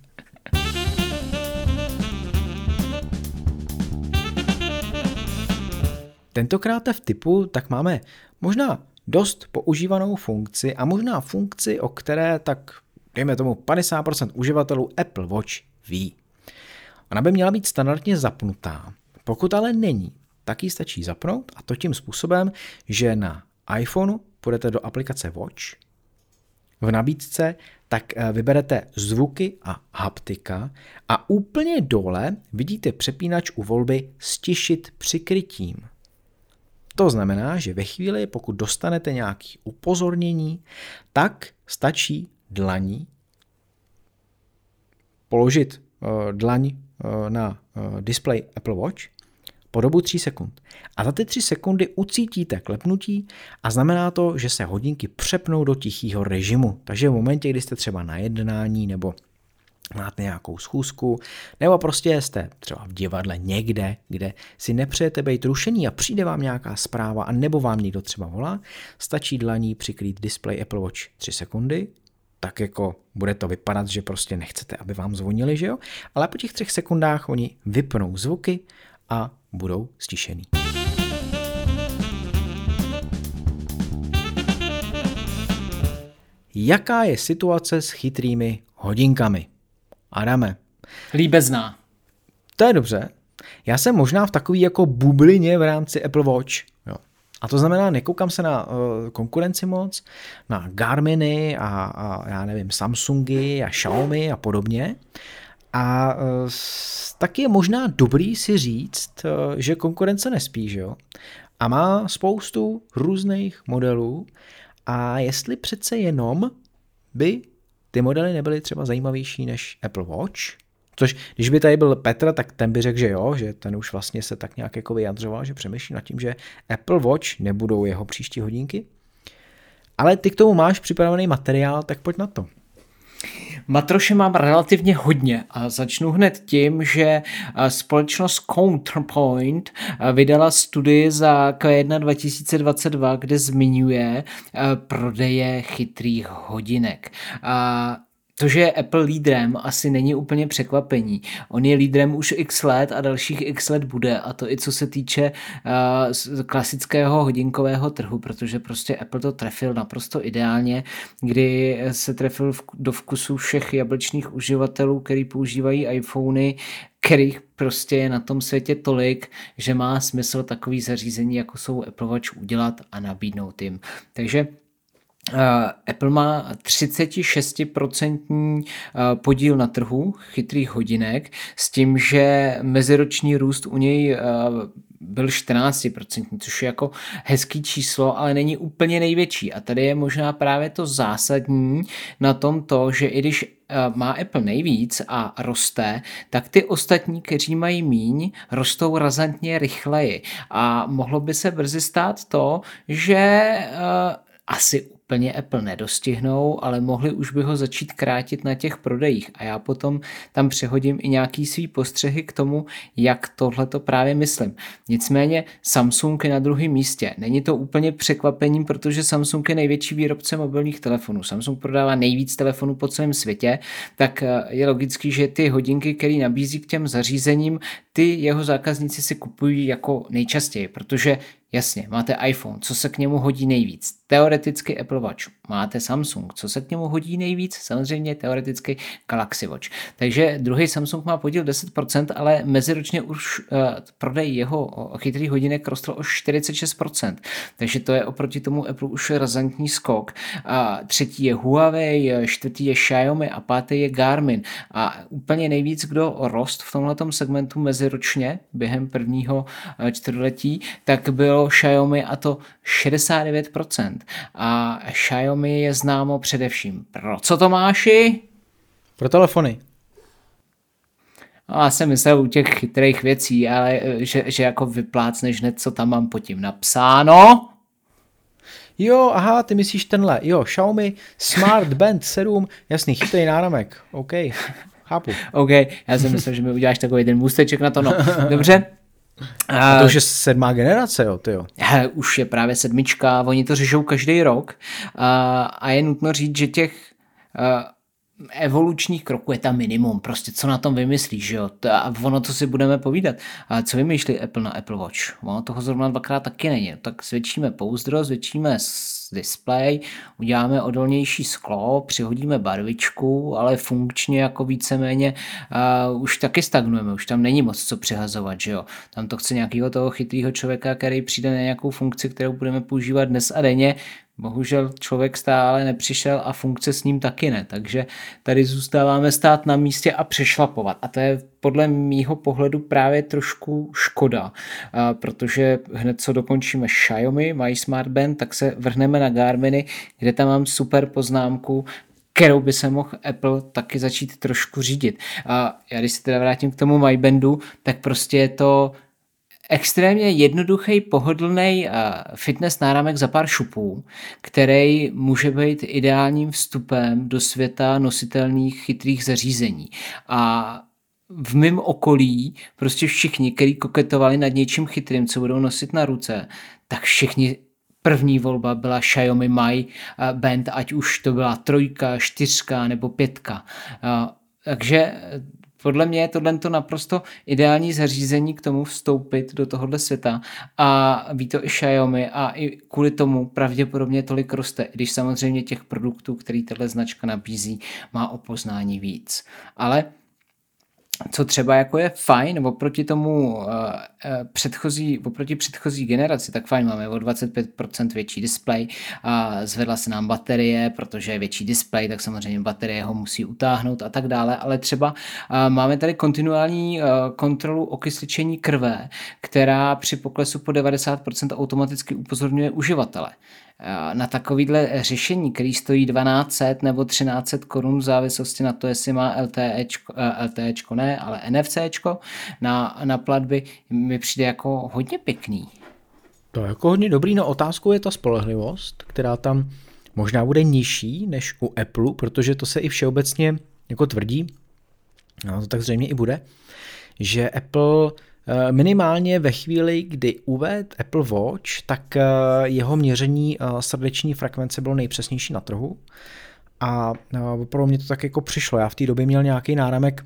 Tentokrát v tipu tak máme možná dost používanou funkci a možná funkci, o které tak dejme tomu padesát procent uživatelů Apple Watch ví. Ona by měla být standardně zapnutá. Pokud ale není, tak ji stačí zapnout a to tím způsobem, že na iPhoneu půjdete do aplikace Watch, v nabídce tak vyberete zvuky a haptika a úplně dole vidíte přepínač u volby stišit přikrytím. To znamená, že ve chvíli, pokud dostanete nějaké upozornění, tak stačí dlaní položit uh, dlaň na displej Apple Watch po dobu tří sekund. A za ty tři sekundy ucítíte klepnutí a znamená to, že se hodinky přepnou do tichého režimu. Takže v momentě, kdy jste třeba na jednání nebo máte nějakou schůzku, nebo prostě jste třeba v divadle někde, kde si nepřejete být rušený a přijde vám nějaká zpráva a nebo vám někdo třeba volá, stačí dlaní přikrýt displej Apple Watch tři sekundy, tak jako bude to vypadat, že prostě nechcete, aby vám zvonili, že jo? Ale po těch třech sekundách oni vypnou zvuky a budou stišený. Jaká je situace s chytrými hodinkami? Adame. Líbezná. To je dobře. Já jsem možná v takový jako bublině v rámci Apple Watch. Jo. A to znamená, nekoukám se na uh, konkurenci moc, na Garminy a, a já nevím, Samsungy a Xiaomi a podobně. A uh, taky je možná dobrý si říct, uh, že konkurence nespí, že jo? A má spoustu různých modelů a jestli přece jenom by ty modely nebyly třeba zajímavější než Apple Watch, což když by tady byl Petr, tak ten by řekl, že jo, že ten už vlastně se tak nějak jako vyjadřoval, že přemýšlí nad tím, že Apple Watch nebudou jeho příští hodinky. Ale ty k tomu máš připravený materiál, tak pojď na to. Matroše mám relativně hodně a začnu hned tím, že společnost Counterpoint vydala studii za Q jedna dva tisíce dvacet dva, kde zmiňuje prodeje chytrých hodinek. A to, že je Apple lídrem, asi není úplně překvapení. On je lídrem už x let a dalších x let bude, a to i co se týče uh, klasického hodinkového trhu, protože prostě Apple to trefil naprosto ideálně, kdy se trefil v, do vkusu všech jablčných uživatelů, který používají iPhony, kterých prostě je na tom světě tolik, že má smysl takový zařízení, jako jsou Apple Watch, udělat a nabídnout jim. Takže Uh, Apple má třicet šest procent uh, podíl na trhu chytrých hodinek s tím, že meziroční růst u něj uh, byl čtrnáct procent, což je jako hezký číslo, ale není úplně největší. A tady je možná právě to zásadní na tom to, že i když má Apple nejvíc a roste, tak ty ostatní, kteří mají míň, rostou razantně rychleji. A mohlo by se brzy stát to, že uh, asi úplně Apple nedostihnou, ale mohli už by ho začít krátit na těch prodejích. A já potom tam přehodím i nějaký svý postřehy k tomu, jak tohle to právě myslím. Nicméně Samsung je na druhém místě. Není to úplně překvapením, protože Samsung je největší výrobce mobilních telefonů. Samsung prodává nejvíc telefonů po celém světě, tak je logický, že ty hodinky, které nabízí k těm zařízením, ty jeho zákazníci si kupují jako nejčastěji, protože jasně, máte iPhone, co se k němu hodí nejvíc? Teoreticky Apple Watch. Máte Samsung, co se k němu hodí nejvíc? Samozřejmě teoreticky Galaxy Watch. Takže druhý Samsung má podíl deset procent, ale meziročně už uh, prodej jeho chytrých hodinek rostl o čtyřicet šest procent. Takže to je oproti tomu Apple už razantní skok. A třetí je Huawei, čtvrtý je Xiaomi a pátý je Garmin. A úplně nejvíc, kdo rost v tomhletom segmentu meziročně během prvního čtvrtletí, tak bylo Xiaomi, a to šedesát devět procent. A Xiaomi je známo především pro co, Tomáši? Pro telefony. No, já jsem myslel u těch chytrých věcí, ale že, že jako vyplácneš hned, co tam mám pod tím napsáno. Jo, aha, ty myslíš tenhle. Jo, Xiaomi Smart Band sedm, jasný, chytrý náramek. OK, chápu. OK, já jsem myslel, že mi uděláš takový jeden můsteček na to, no. Dobře. A to už je sedmá generace, jo, ty jo. Už je právě sedmička, oni to řešou každý rok a, a je nutno říct, že těch a, evolučních kroků je tam minimum, prostě co na tom vymyslíš, že jo, a ono to si budeme povídat. A co vymýšlí Apple na Apple Watch? Ono toho zrovna dvakrát taky není, tak zvětšíme pouzdro, zvětšíme display, uděláme odolnější sklo, přihodíme barvičku, ale funkčně jako víceméně uh, už taky stagnujeme, už tam není moc co přihazovat, že jo. Tam to chce nějakého toho chytrého člověka, který přijde na nějakou funkci, kterou budeme používat dnes a denně. Bohužel člověk stále nepřišel a funkce s ním taky ne, takže tady zůstáváme stát na místě a přešlapovat. A to je podle mýho pohledu právě trošku škoda, protože hned co dokončíme Xiaomi, mají Smart Band, tak se vrhneme na Garminy, kde tam mám super poznámku, kterou by se mohl Apple taky začít trošku řídit. A já když se teda vrátím k tomu My Bandu, tak prostě je to extrémně jednoduchý, pohodlný fitness náramek za pár šupů, který může být ideálním vstupem do světa nositelných chytrých zařízení. A v mém okolí prostě všichni, kteří koketovali nad něčím chytrým, co budou nosit na ruce, tak všichni první volba byla Xiaomi Mi Band, ať už to byla trojka, čtyřka nebo pětka. Takže podle mě je tohle to naprosto ideální zařízení k tomu vstoupit do tohohle světa a ví to i Xiaomi a i kvůli tomu pravděpodobně tolik roste, i když samozřejmě těch produktů, který tato značka nabízí, má o poznání víc. Ale co třeba jako je fajn, oproti tomu uh, předchozí, oproti předchozí generaci, tak fajn, máme o dvacet pět procent větší displej, a zvedla se nám baterie, protože je větší displej, tak samozřejmě baterie ho musí utáhnout a tak dále, ale třeba uh, máme tady kontinuální uh, kontrolu okysličení krve, která při poklesu po devadesát procent automaticky upozorňuje uživatele. Na takovýhle řešení, který stojí dvanáct set nebo třináct set korun v závislosti na to, jestli má LTEčko, LTEčko ne, ale NFCčko na, na platby, mi přijde jako hodně pěkný. To je jako hodně dobrý, no otázkou je ta spolehlivost, která tam možná bude nižší než u Apple, protože to se i všeobecně jako tvrdí, no to tak zřejmě i bude, že Apple minimálně ve chvíli, kdy uvedl Apple Watch, tak jeho měření srdeční frekvence bylo nejpřesnější na trhu a opravdu mě to tak jako přišlo. Já v té době měl nějaký náramek,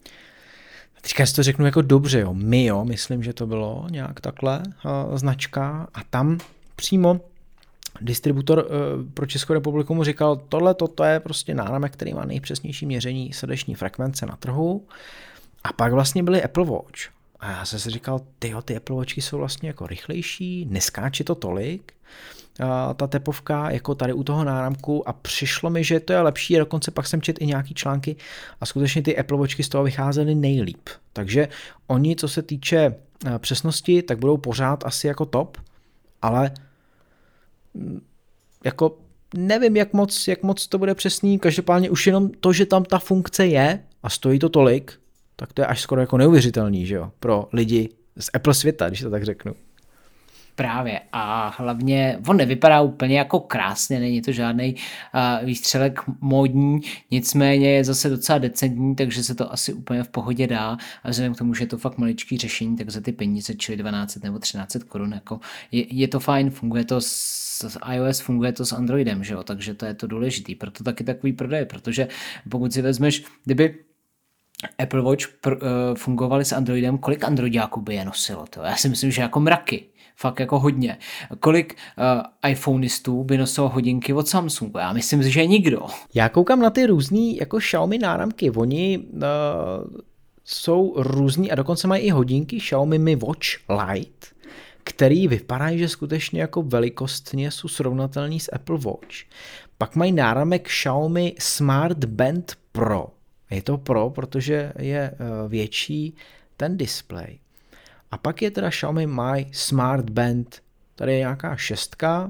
teďka si to řeknu jako dobře, jo, Mio, myslím, že to bylo nějak takhle značka a tam přímo distributor pro Českou republiku mu říkal, tohle toto je prostě náramek, který má nejpřesnější měření srdeční frekvence na trhu a pak vlastně byly Apple Watch. A já jsem si říkal, tyjo, ty Apple Watchky jsou vlastně jako rychlejší, neskáče to tolik, ta tepovka jako tady u toho náramku a přišlo mi, že to je lepší a dokonce pak jsem četl i nějaký články a skutečně ty Apple Watchky z toho vycházely nejlíp. Takže oni, co se týče přesnosti, tak budou pořád asi jako top, ale jako nevím, jak moc, jak moc to bude přesný, každopádně už jenom to, že tam ta funkce je a stojí to tolik, tak to je až skoro jako neuvěřitelný, že jo, pro lidi z Apple světa, když to tak řeknu. Právě a hlavně on nevypadá úplně jako krásně, není to žádný uh, výstřelek módní, nicméně je zase docela decentní, takže se to asi úplně v pohodě dá a vzhledem k tomu, že je to fakt maličký řešení, tak za ty peníze, čili dvanáct set nebo třináct set korun, jako je, je to fajn, funguje to s, s iOS, funguje to s Androidem, že jo, takže to je to důležitý, proto taky takový prodej, protože pokud si vezmeš, kdyby Apple Watch pr- uh, fungovaly s Androidem, kolik Androidáků by je nosilo? To? Já si myslím, že jako mraky. Fakt jako hodně. Kolik uh, iPhoneistů by nosilo hodinky od Samsungu? Já myslím, že nikdo. Já koukám na ty různý jako Xiaomi náramky. Oni uh, jsou různý a dokonce mají i hodinky Xiaomi Mi Watch Lite, který vypadají, že skutečně jako velikostně jsou srovnatelný s Apple Watch. Pak mají náramek Xiaomi Smart Band Pro. Je to Pro, protože je uh, větší ten displej. A pak je teda Xiaomi Mi Smart Band, tady je nějaká šestka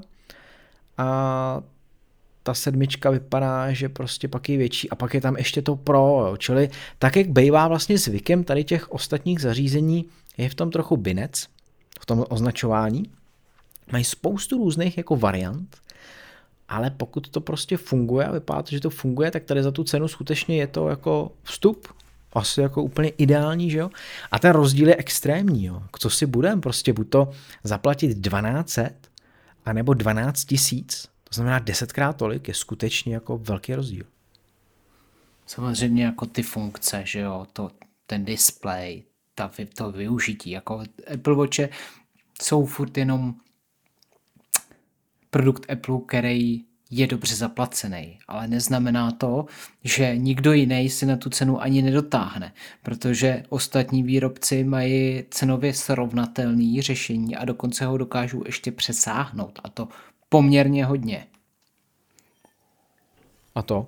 a ta sedmička vypadá, že prostě pak je větší a pak je tam ještě to Pro, jo. Čili tak, jak bývá vlastně zvykem tady těch ostatních zařízení, je v tom trochu binec, v tom označování. Mají spoustu různých jako variant, ale pokud to prostě funguje a vypadá to, že to funguje, tak tady za tu cenu skutečně je to jako vstup, asi jako úplně ideální, že jo? A ten rozdíl je extrémní, jo? Co si budem? Prostě buď to zaplatit dvanáct set, anebo dvanáct tisíc, to znamená desetkrát tolik, je skutečně jako velký rozdíl. Samozřejmě jako ty funkce, že jo, to, ten display, ta, to využití, jako Apple Watche jsou furt jenom produkt Apple, který je dobře zaplacený, ale neznamená to, že nikdo jiný si na tu cenu ani nedotáhne, protože ostatní výrobci mají cenově srovnatelné řešení a dokonce ho dokážou ještě přesáhnout, a to poměrně hodně. A to?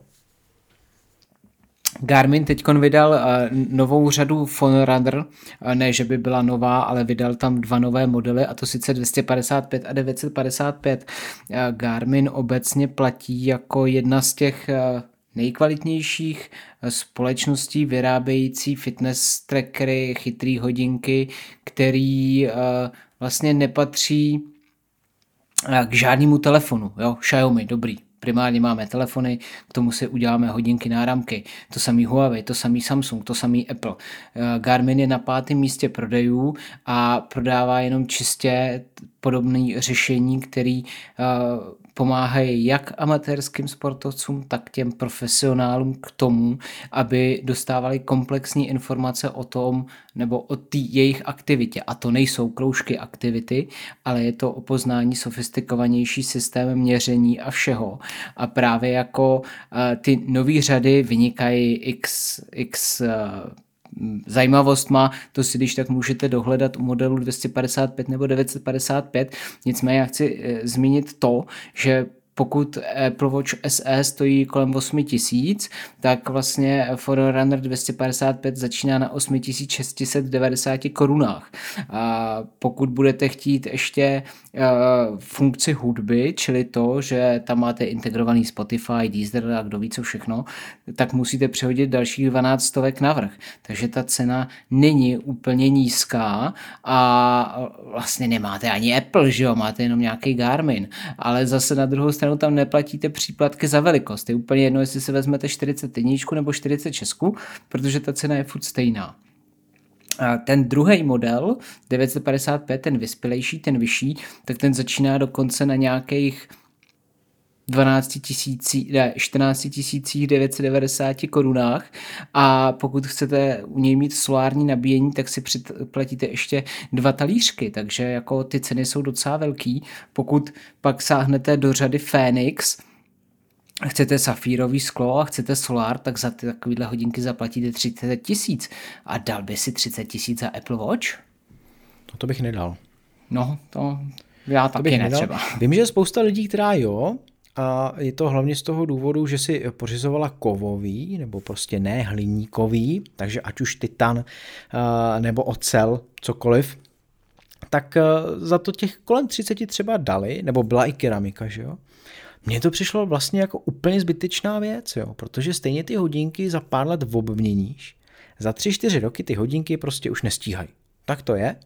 Garmin teďkon vydal uh, novou řadu Phone Runner, uh, ne, že by byla nová, ale vydal tam dva nové modely, a to sice dvě stě padesát pět a devět set padesát pět. Uh, Garmin obecně platí jako jedna z těch uh, nejkvalitnějších společností vyrábějící fitness trackery, chytrý hodinky, který vlastně nepatří k žádnému telefonu. Jo? Xiaomi, dobrý. Primárně máme telefony, k tomu si uděláme hodinky náramky. To samý Huawei, to samý Samsung, to samý Apple. Garmin je na pátém místě prodejů a prodává jenom čistě podobné řešení, které pomáhají jak amatérským sportovcům, tak těm profesionálům k tomu, aby dostávali komplexní informace o tom nebo o té jejich aktivitě. A to nejsou kroužky aktivity, ale je to o poznání sofistikovanější systém měření a všeho. A právě jako uh, ty nové řady vynikají x, x uh, zajímavost má, to si když tak můžete dohledat u modelu dvě stě padesát pět nebo devět set padesát pět, nicméně já chci e, zmínit to, že pokud Apple Watch S E stojí kolem osm tisíc, tak vlastně Forerunner dvě stě padesát pět začíná na osm tisíc šest set devadesát korunách. A pokud budete chtít ještě uh, funkci hudby, čili to, že tam máte integrovaný Spotify, Deezer a kdo ví co všechno, tak musíte přehodit dalších dvanáct stovek navrch. Takže ta cena není úplně nízká a vlastně nemáte ani Apple, že jo, máte jenom nějaký Garmin, ale zase na druhou stranu tam neplatíte příplatky za velikost. Je úplně jedno, jestli si vezmete čtyřicet jedna nebo čtyřicet šest, protože ta cena je furt stejná. A ten druhý model, devět set padesát pět, ten vyspělejší, ten vyšší, tak ten začíná dokonce na nějakých dvanáct tisíc, ne, čtrnáct tisíc devět set devadesát korunách a pokud chcete u něj mít solární nabíjení, tak si předplatíte ještě dva talířky, takže jako ty ceny jsou docela velký. Pokud pak sáhnete do řady Phoenix, chcete safírový sklo a chcete solár, tak za ty takovýhle hodinky zaplatíte třicet tisíc. A dal by si třicet tisíc za Apple Watch? No to bych nedal. No, to já to taky ne třeba. Vím, že je spousta lidí, která jo, a je to hlavně z toho důvodu, že si pořizovala kovový, nebo prostě ne hliníkový, takže ať už titan nebo ocel, cokoliv, tak za to těch kolem třicet třeba dali, nebo byla i keramika, že jo. Mně to přišlo vlastně jako úplně zbytečná věc, jo, protože stejně ty hodinky za pár let obměníš, za tři, čtyři roky ty hodinky prostě už nestíhají. Tak to je.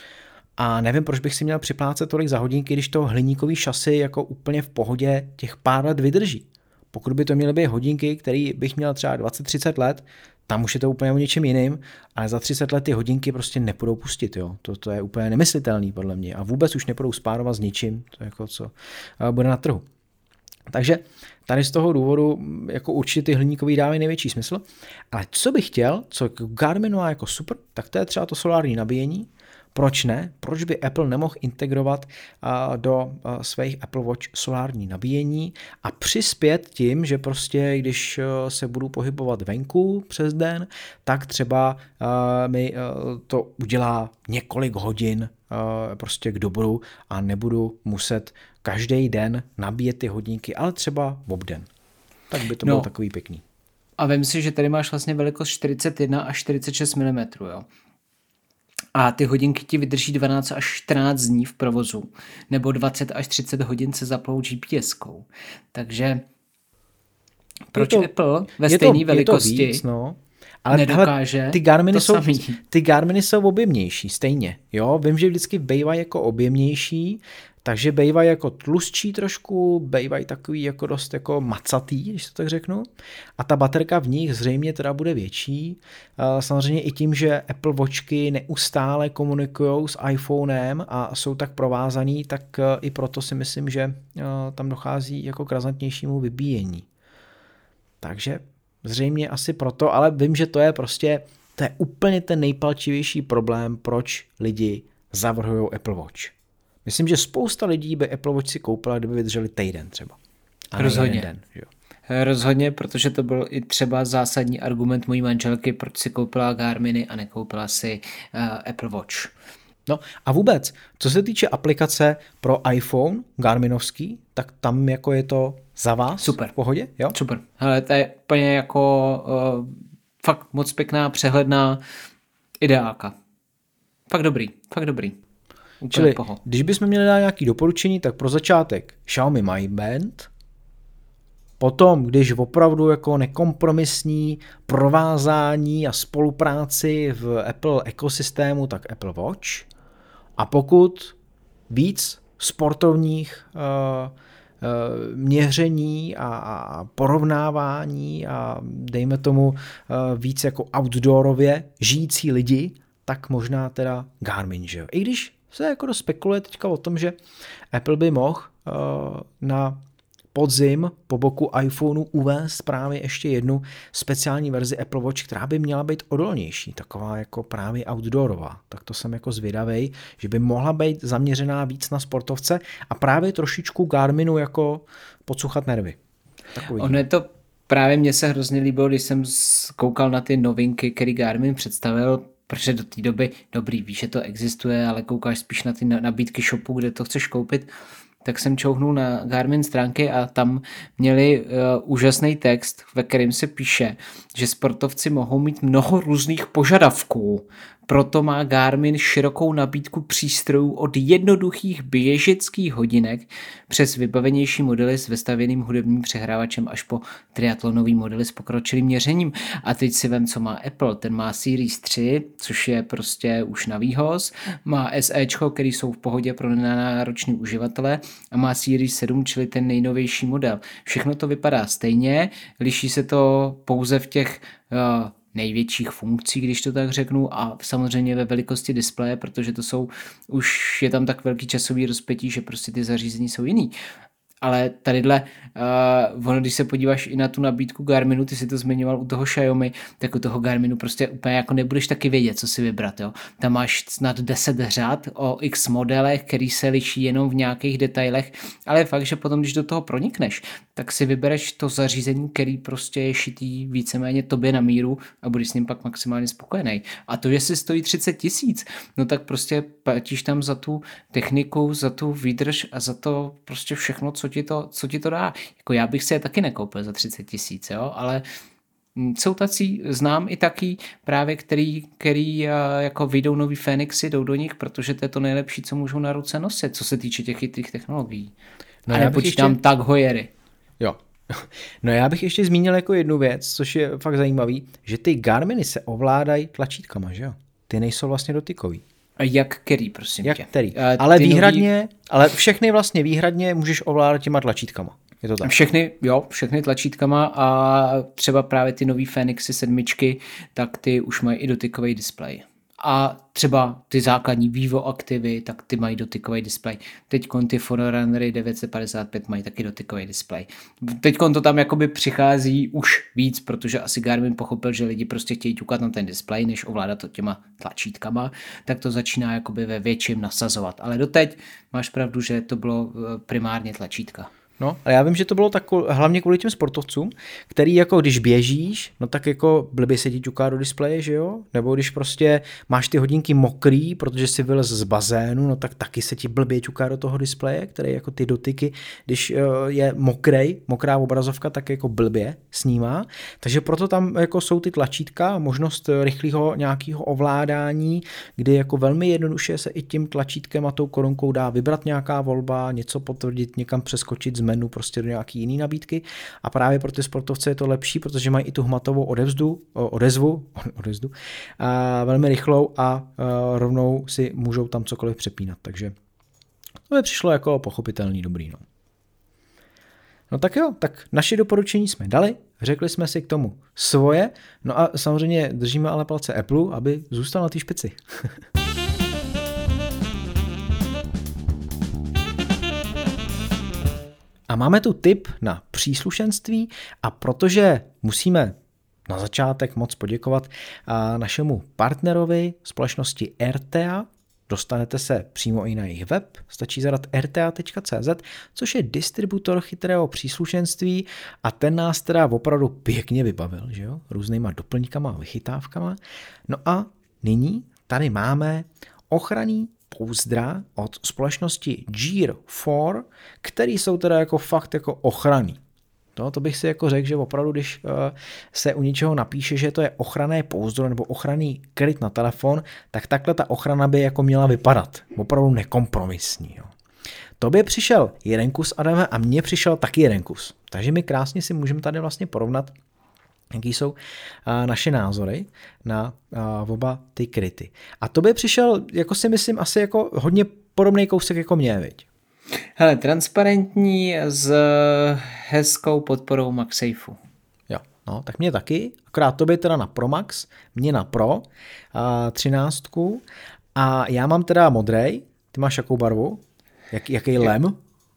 A nevím, proč bych si měl připlácet tolik za hodinky, když to hliníkový šasy jako úplně v pohodě těch pár let vydrží. Pokud by to měly být hodinky, které bych měl třeba dvacet třicet let, tam už je to úplně o něčem jiným, ale za třicet let ty hodinky prostě nepůjdou pustit. Jo. To, to je úplně nemyslitelný podle mě a vůbec už nepůjdou spárovat s ničím, to jako co bude na trhu. Takže tady z toho důvodu jako určitě ty hliníkový dávají největší smysl. Ale co bych chtěl, co Garmin má jako super, tak to je třeba to solární nabíjení. Proč ne? Proč by Apple nemohl integrovat uh, do uh, svých Apple Watch solární nabíjení a přispět tím, že prostě když uh, se budu pohybovat venku přes den, tak třeba uh, mi uh, to udělá několik hodin uh, prostě k dobru a nebudu muset každý den nabíjet ty hodinky, ale třeba v obden. Tak by to no. bylo takový pěkný. A vem si, že tady máš vlastně velikost čtyřicet jedna až čtyřicet šest milimetrů, jo? A ty hodinky ti vydrží dvanáct až čtrnáct dní v provozu, nebo dvacet až třicet hodin se zaplou G P S kou. Takže proč to, Apple ve stejné velikosti víc, no. Ale nedokáže hele, ty Garminy to jsou, samý. Ty Garminy jsou objemnější, stejně. Jo? Vím, že vždycky bývají jako objemnější, takže bývají jako tlustší trošku, bývají takový jako dost jako macatý, když to tak řeknu. A ta baterka v nich zřejmě teda bude větší. Samozřejmě i tím, že Apple Watchky neustále komunikují s iPhonem a jsou tak provázaný, tak i proto si myslím, že tam dochází jako k razantnějšímu vybíjení. Takže zřejmě asi proto, ale vím, že to je prostě, to je úplně ten nejpalčivější problém, proč lidi zavrhují Apple Watch. Myslím, že spousta lidí by Apple Watch si koupila, kdyby vydrželi týden třeba. A rozhodně. Den, jo. Rozhodně, protože to byl i třeba zásadní argument mojí manželky, proč si koupila Garminy a nekoupila si uh, Apple Watch. No a vůbec, co se týče aplikace pro iPhone Garminovský, tak tam jako je to za vás super. V pohodě? Jo? Super. Hele, to je úplně jako uh, fakt moc pěkná, přehledná ideálka. Fakt dobrý, fakt dobrý. Úplně Čili, poho. když bychom měli dát nějaké doporučení, tak pro začátek Xiaomi Mi Band, Potom, když opravdu jako nekompromisní provázání a spolupráci v Apple ekosystému, tak Apple Watch. A pokud víc sportovních uh, uh, měření a, a porovnávání a dejme tomu uh, víc jako outdoorově žijící lidi, tak možná teda Garmin, že jo. I když se jako dost spekuluje teďka o tom, že Apple by mohl uh, na podzim po boku iPhoneu uvést právě ještě jednu speciální verzi Apple Watch, která by měla být odolnější, taková jako právě outdoorová. Tak to jsem jako zvědavej, že by mohla být zaměřená víc na sportovce a právě trošičku Garminu jako podsuchat nervy. Ono je to právě mně se hrozně líbilo, když jsem koukal na ty novinky, který Garmin představil, protože do té doby, dobrý, víš, že to existuje, ale koukáš spíš na ty nabídky shopu, kde to chceš koupit, tak jsem čouhnul na Garmin stránky a tam měli uh, úžasný text, ve kterém se píše, že sportovci mohou mít mnoho různých požadavků. Proto má Garmin širokou nabídku přístrojů od jednoduchých běžeckých hodinek přes vybavenější modely s vestavěným hudebním přehrávačem až po triatlonový modely s pokročilým měřením. A teď si vem, co má Apple. Ten má Series tři, což je prostě už na výhoz, má SEčko, který jsou v pohodě pro nenáročný uživatele a má Series sedm, čili ten nejnovější model. Všechno to vypadá stejně, liší se to pouze v těch uh, největších funkcí, když to tak řeknu, a samozřejmě ve velikosti displeje, protože to jsou, už je tam tak velký časový rozpětí, že prostě ty zařízení jsou jiný. Ale tadyhle, uh, ono, když se podíváš i na tu nabídku Garminu, ty si to zmiňoval u toho Xiaomi, tak u toho Garminu prostě úplně jako nebudeš taky vědět, co si vybrat. Jo? Tam máš snad deset řad o x modelech, který se liší jenom v nějakých detailech, ale fakt, že potom, když do toho pronikneš, tak si vybereš to zařízení, který prostě je šitý víceméně tobě na míru a budeš s ním pak maximálně spokojený. A to, že si stojí třicet tisíc, no tak prostě platíš tam za tu techniku, za tu výdrž a za to prostě všechno, co ti to, co ti to dá. Jako já bych si je taky nekoupil za třicet tisíc, jo, ale jsou tací, znám i taky právě, který, který jako vyjdou nový Fenixy, jdou do nich, protože to je to nejlepší, co můžou na ruce nosit, co se týče těch chytrých technologií. No a já počítám ještě... tak hojery. Jo. No já bych ještě zmínil jako jednu věc, což je fakt zajímavý, že ty Garminy se ovládají tlačítkama, že jo? Ty nejsou vlastně dotykový. A jak který, prosím jak tě? který? Ale výhradně, nový... ale všechny vlastně výhradně můžeš ovládat těma tlačítkama. Je to tak? Všechny, jo, všechny tlačítkama a třeba právě ty nový Fenixy sedmičky, tak ty už mají i dotykový displej. A třeba ty základní Vivo Activy, tak ty mají dotykový displej. Teďkon ty Forerunnery devět set padesát pět mají taky dotykový displej. Teďkon to tam jakoby přichází už víc, protože asi Garmin pochopil, že lidi prostě chtějí ťukat na ten displej, než ovládat to těma tlačítkama, tak to začíná jakoby ve větším nasazovat. Ale doteď máš pravdu, že to bylo primárně tlačítka. No, ale já vím, že to bylo tak hlavně kvůli těm sportovcům, který jako když běžíš, no tak jako blbě se ti ťuká do displeje, že jo? Nebo když prostě máš ty hodinky mokrý, protože si vylez z bazénu, no tak taky se ti blbě ťuká do toho displeje, který jako ty dotyky, když je mokrej, mokrá obrazovka, tak jako blbě snímá. Takže proto tam jako jsou ty tlačítka, možnost rychlého nějakého ovládání, kdy jako velmi jednoduše se i tím tlačítkem a tou korunkou dá vybrat nějaká volba, něco potvrdit, někam přeskočit z menu prostě do nějaký jiný nabídky a právě pro ty sportovce je to lepší, protože mají i tu hmatovou odevzdu, odezvu, odezvu a velmi rychlou a, a rovnou si můžou tam cokoliv přepínat, takže to by přišlo jako pochopitelný dobrý. No. No tak jo, tak naše doporučení jsme dali, řekli jsme si k tomu svoje, no a samozřejmě držíme ale palce Apple, aby zůstal na té špici. A máme tu tip na příslušenství a protože musíme na začátek moc poděkovat našemu partnerovi společnosti R T A, dostanete se přímo i na jejich web, stačí zadat r t a tečka c z, což je distributor chytrého příslušenství a ten nás teda opravdu pěkně vybavil, že jo? Různýma doplňkama a vychytávkama. No a nyní tady máme ochranný pouzdra od společnosti Gear čtyři, který jsou teda jako fakt jako ochranný. To, to bych si jako řekl, že opravdu, když uh, se u něčeho napíše, že to je ochranné pouzdro nebo ochranný kryt na telefon, tak takhle ta ochrana by jako měla vypadat. Opravdu nekompromisní. Jo. tobě přišel jeden kus, Adame, a mně přišel taky jeden kus. Takže my krásně si můžeme tady vlastně porovnat, jaký jsou a, naše názory na a, oba ty kryty. A tobě přišel, jako si myslím, asi jako hodně podobný kousek jako mě, viď? Hele, transparentní s hezkou podporou MagSafeu. Jo, no, tak mě taky, akorát tobě teda na Pro Max, mě na Pro a, třináctku a já mám teda modrej, ty máš jakou barvu? Jak, jaký lem?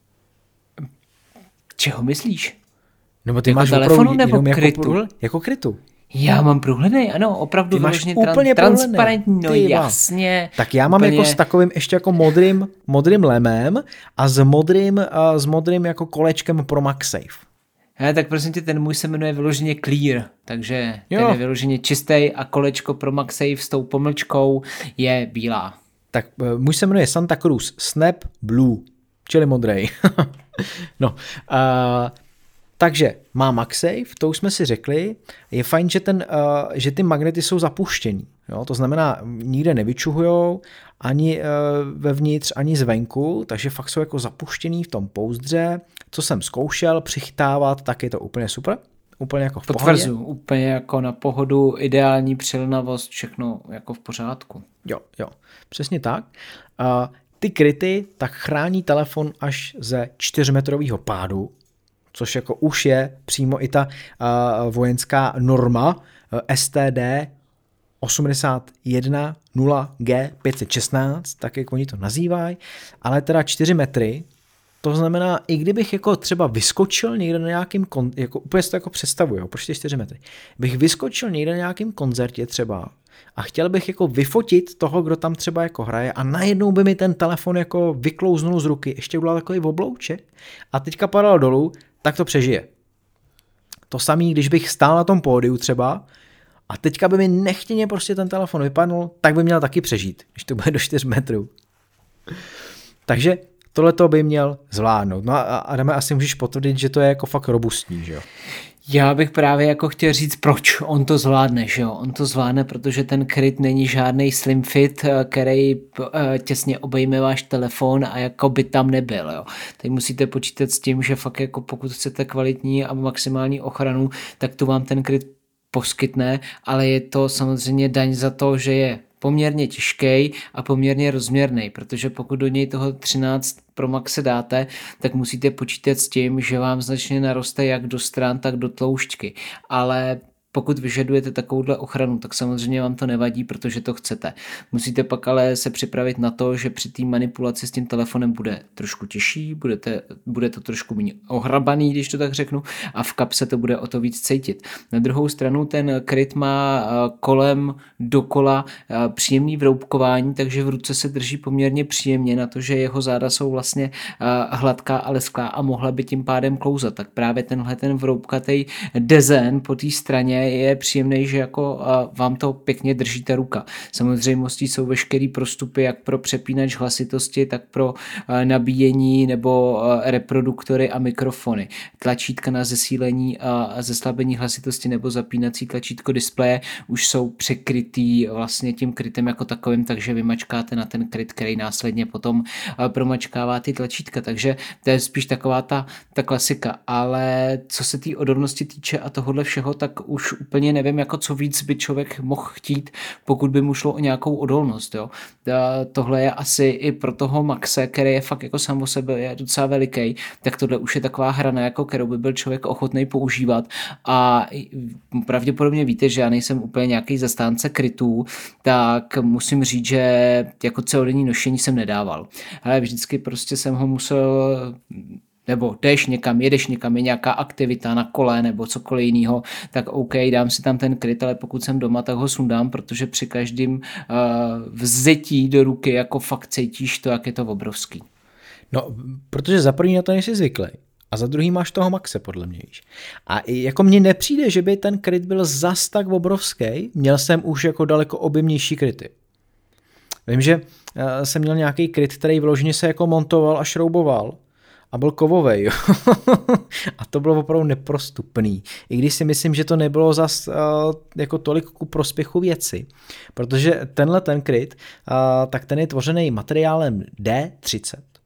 Čeho myslíš? No, ty jako máš telefonu nebo jako, krytu? Průhl, jako krytu. Já mám průhledný, ano, opravdu vyloženě tran- transparentní, no jasně. Tak já mám úplně... jako s takovým ještě jako modrým, modrým lemem a s modrým, a s modrým jako kolečkem pro MagSafe. He, tak prosím tě, ten můj se jmenuje vyloženě Clear, takže jo. ten je vyloženě čistý a kolečko pro MagSafe s tou pomlčkou je bílá. Tak můj se jmenuje Santa Cruz Snap Blue, čili modrej. no, uh, takže má MagSafe, to už jsme si řekli, je fajn, že, ten, uh, že ty magnety jsou zapuštění, jo? To znamená, nikde nevyčuhujou, ani uh, vevnitř, ani zvenku, takže fakt jsou jako zapuštěný v tom pouzdře, co jsem zkoušel přichytávat, tak je to úplně super, úplně jako v pohodě. Potvrzuji, úplně jako na pohodu, ideální přilnavost, všechno jako v pořádku. Jo, jo, přesně tak. Uh, ty kryty tak chrání telefon až ze čtyřmetrového pádu, což jako už je přímo i ta uh, vojenská norma uh, S T D osmdesát jedna nula G pět set šestnáct, tak jak oni to nazývají, ale teda čtyři metry, to znamená, i kdybych jako třeba vyskočil někde na nějakým, kon, jako úplně si to jako představuju, proč ty čtyři metry, bych vyskočil někde na nějakým koncertě třeba a chtěl bych jako vyfotit toho, kdo tam třeba jako hraje a najednou by mi ten telefon jako vyklouznul z ruky, ještě udělal takový oblouček a teďka padal dolů, tak to přežije. To samý, když bych stál na tom pódiu třeba a teďka by mi nechtěně prostě ten telefon vypadnul, tak by měl taky přežít, když to bude do čtyř metrů. Takže tohleto by měl zvládnout. No a Adame, asi můžeš potvrdit, že to je jako fakt robustní, že jo? Já bych právě jako chtěl říct, proč on to zvládne, že jo? On to zvládne, protože ten kryt není žádný slim fit, který těsně obejme váš telefon a jako by tam nebyl, jo? Teď musíte počítat s tím, že fakt jako pokud chcete kvalitní a maximální ochranu, tak tu vám ten kryt poskytne, ale je to samozřejmě daň za to, že je poměrně těžký a poměrně rozměrný, protože pokud do něj toho třináct Pro Maxe dáte, tak musíte počítat s tím, že vám značně naroste jak do stran, tak do tloušťky. Ale pokud vyžadujete takovouhle ochranu, tak samozřejmě vám to nevadí, protože to chcete. Musíte pak ale se připravit na to, že při té manipulaci s tím telefonem bude trošku těžší, budete, bude to trošku méně ohrabaný, když to tak řeknu, a v kapse to bude o to víc cítit. Na druhou stranu ten kryt má kolem dokola příjemný vroubkování, takže v ruce se drží poměrně příjemně na to, že jeho záda jsou vlastně hladká a lesklá a mohla by tím pádem klouzat. Tak právě tenhle ten vroubkatej design po té straně je příjemný, že jako vám to pěkně drží ta ruka. Samozřejmostí jsou veškerý prostupy jak pro přepínač hlasitosti, tak pro nabíjení nebo reproduktory a mikrofony. Tlačítka na zesílení a zeslabení hlasitosti nebo zapínací tlačítko displeje už jsou překrytý vlastně tím krytem jako takovým, takže vy mačkáte na ten kryt, který následně potom promačkává ty tlačítka, takže to je spíš taková ta, ta klasika, ale co se té odolnosti týče a tohohle všeho, tak už úplně nevím, jako co víc by člověk mohl chtít, pokud by mu šlo o nějakou odolnost. Jo. Tohle je asi i pro toho Maxe, který je fakt jako sám o sebe je docela veliký, tak tohle už je taková hrana, jako kterou by byl člověk ochotný používat a pravděpodobně víte, že já nejsem úplně nějaký zastánce krytů, tak musím říct, že jako celodenní nošení jsem nedával. Ale vždycky prostě jsem ho musel nebo jdeš někam, jedeš někam, je nějaká aktivita na kole nebo cokoliv jiného, tak OK, dám si tam ten kryt, ale pokud jsem doma, tak ho sundám, protože při každém uh, vzetí do ruky jako fakt cítíš to, jak je to obrovský. No, protože za první na to nejsi zvyklý. A za druhý máš toho Maxe, podle mě. A jako mně nepřijde, že by ten kryt byl zas tak obrovský, měl jsem už jako daleko objemnější kryty. Vím, že uh, jsem měl nějaký kryt, který vložně se jako montoval a šrouboval, a byl kovovej, jo. A to bylo opravdu neprostupný. I když si myslím, že to nebylo zas uh, jako tolik ku prospěchu věci. Protože tenhle ten kryt, uh, tak ten je tvořený materiálem D třicet.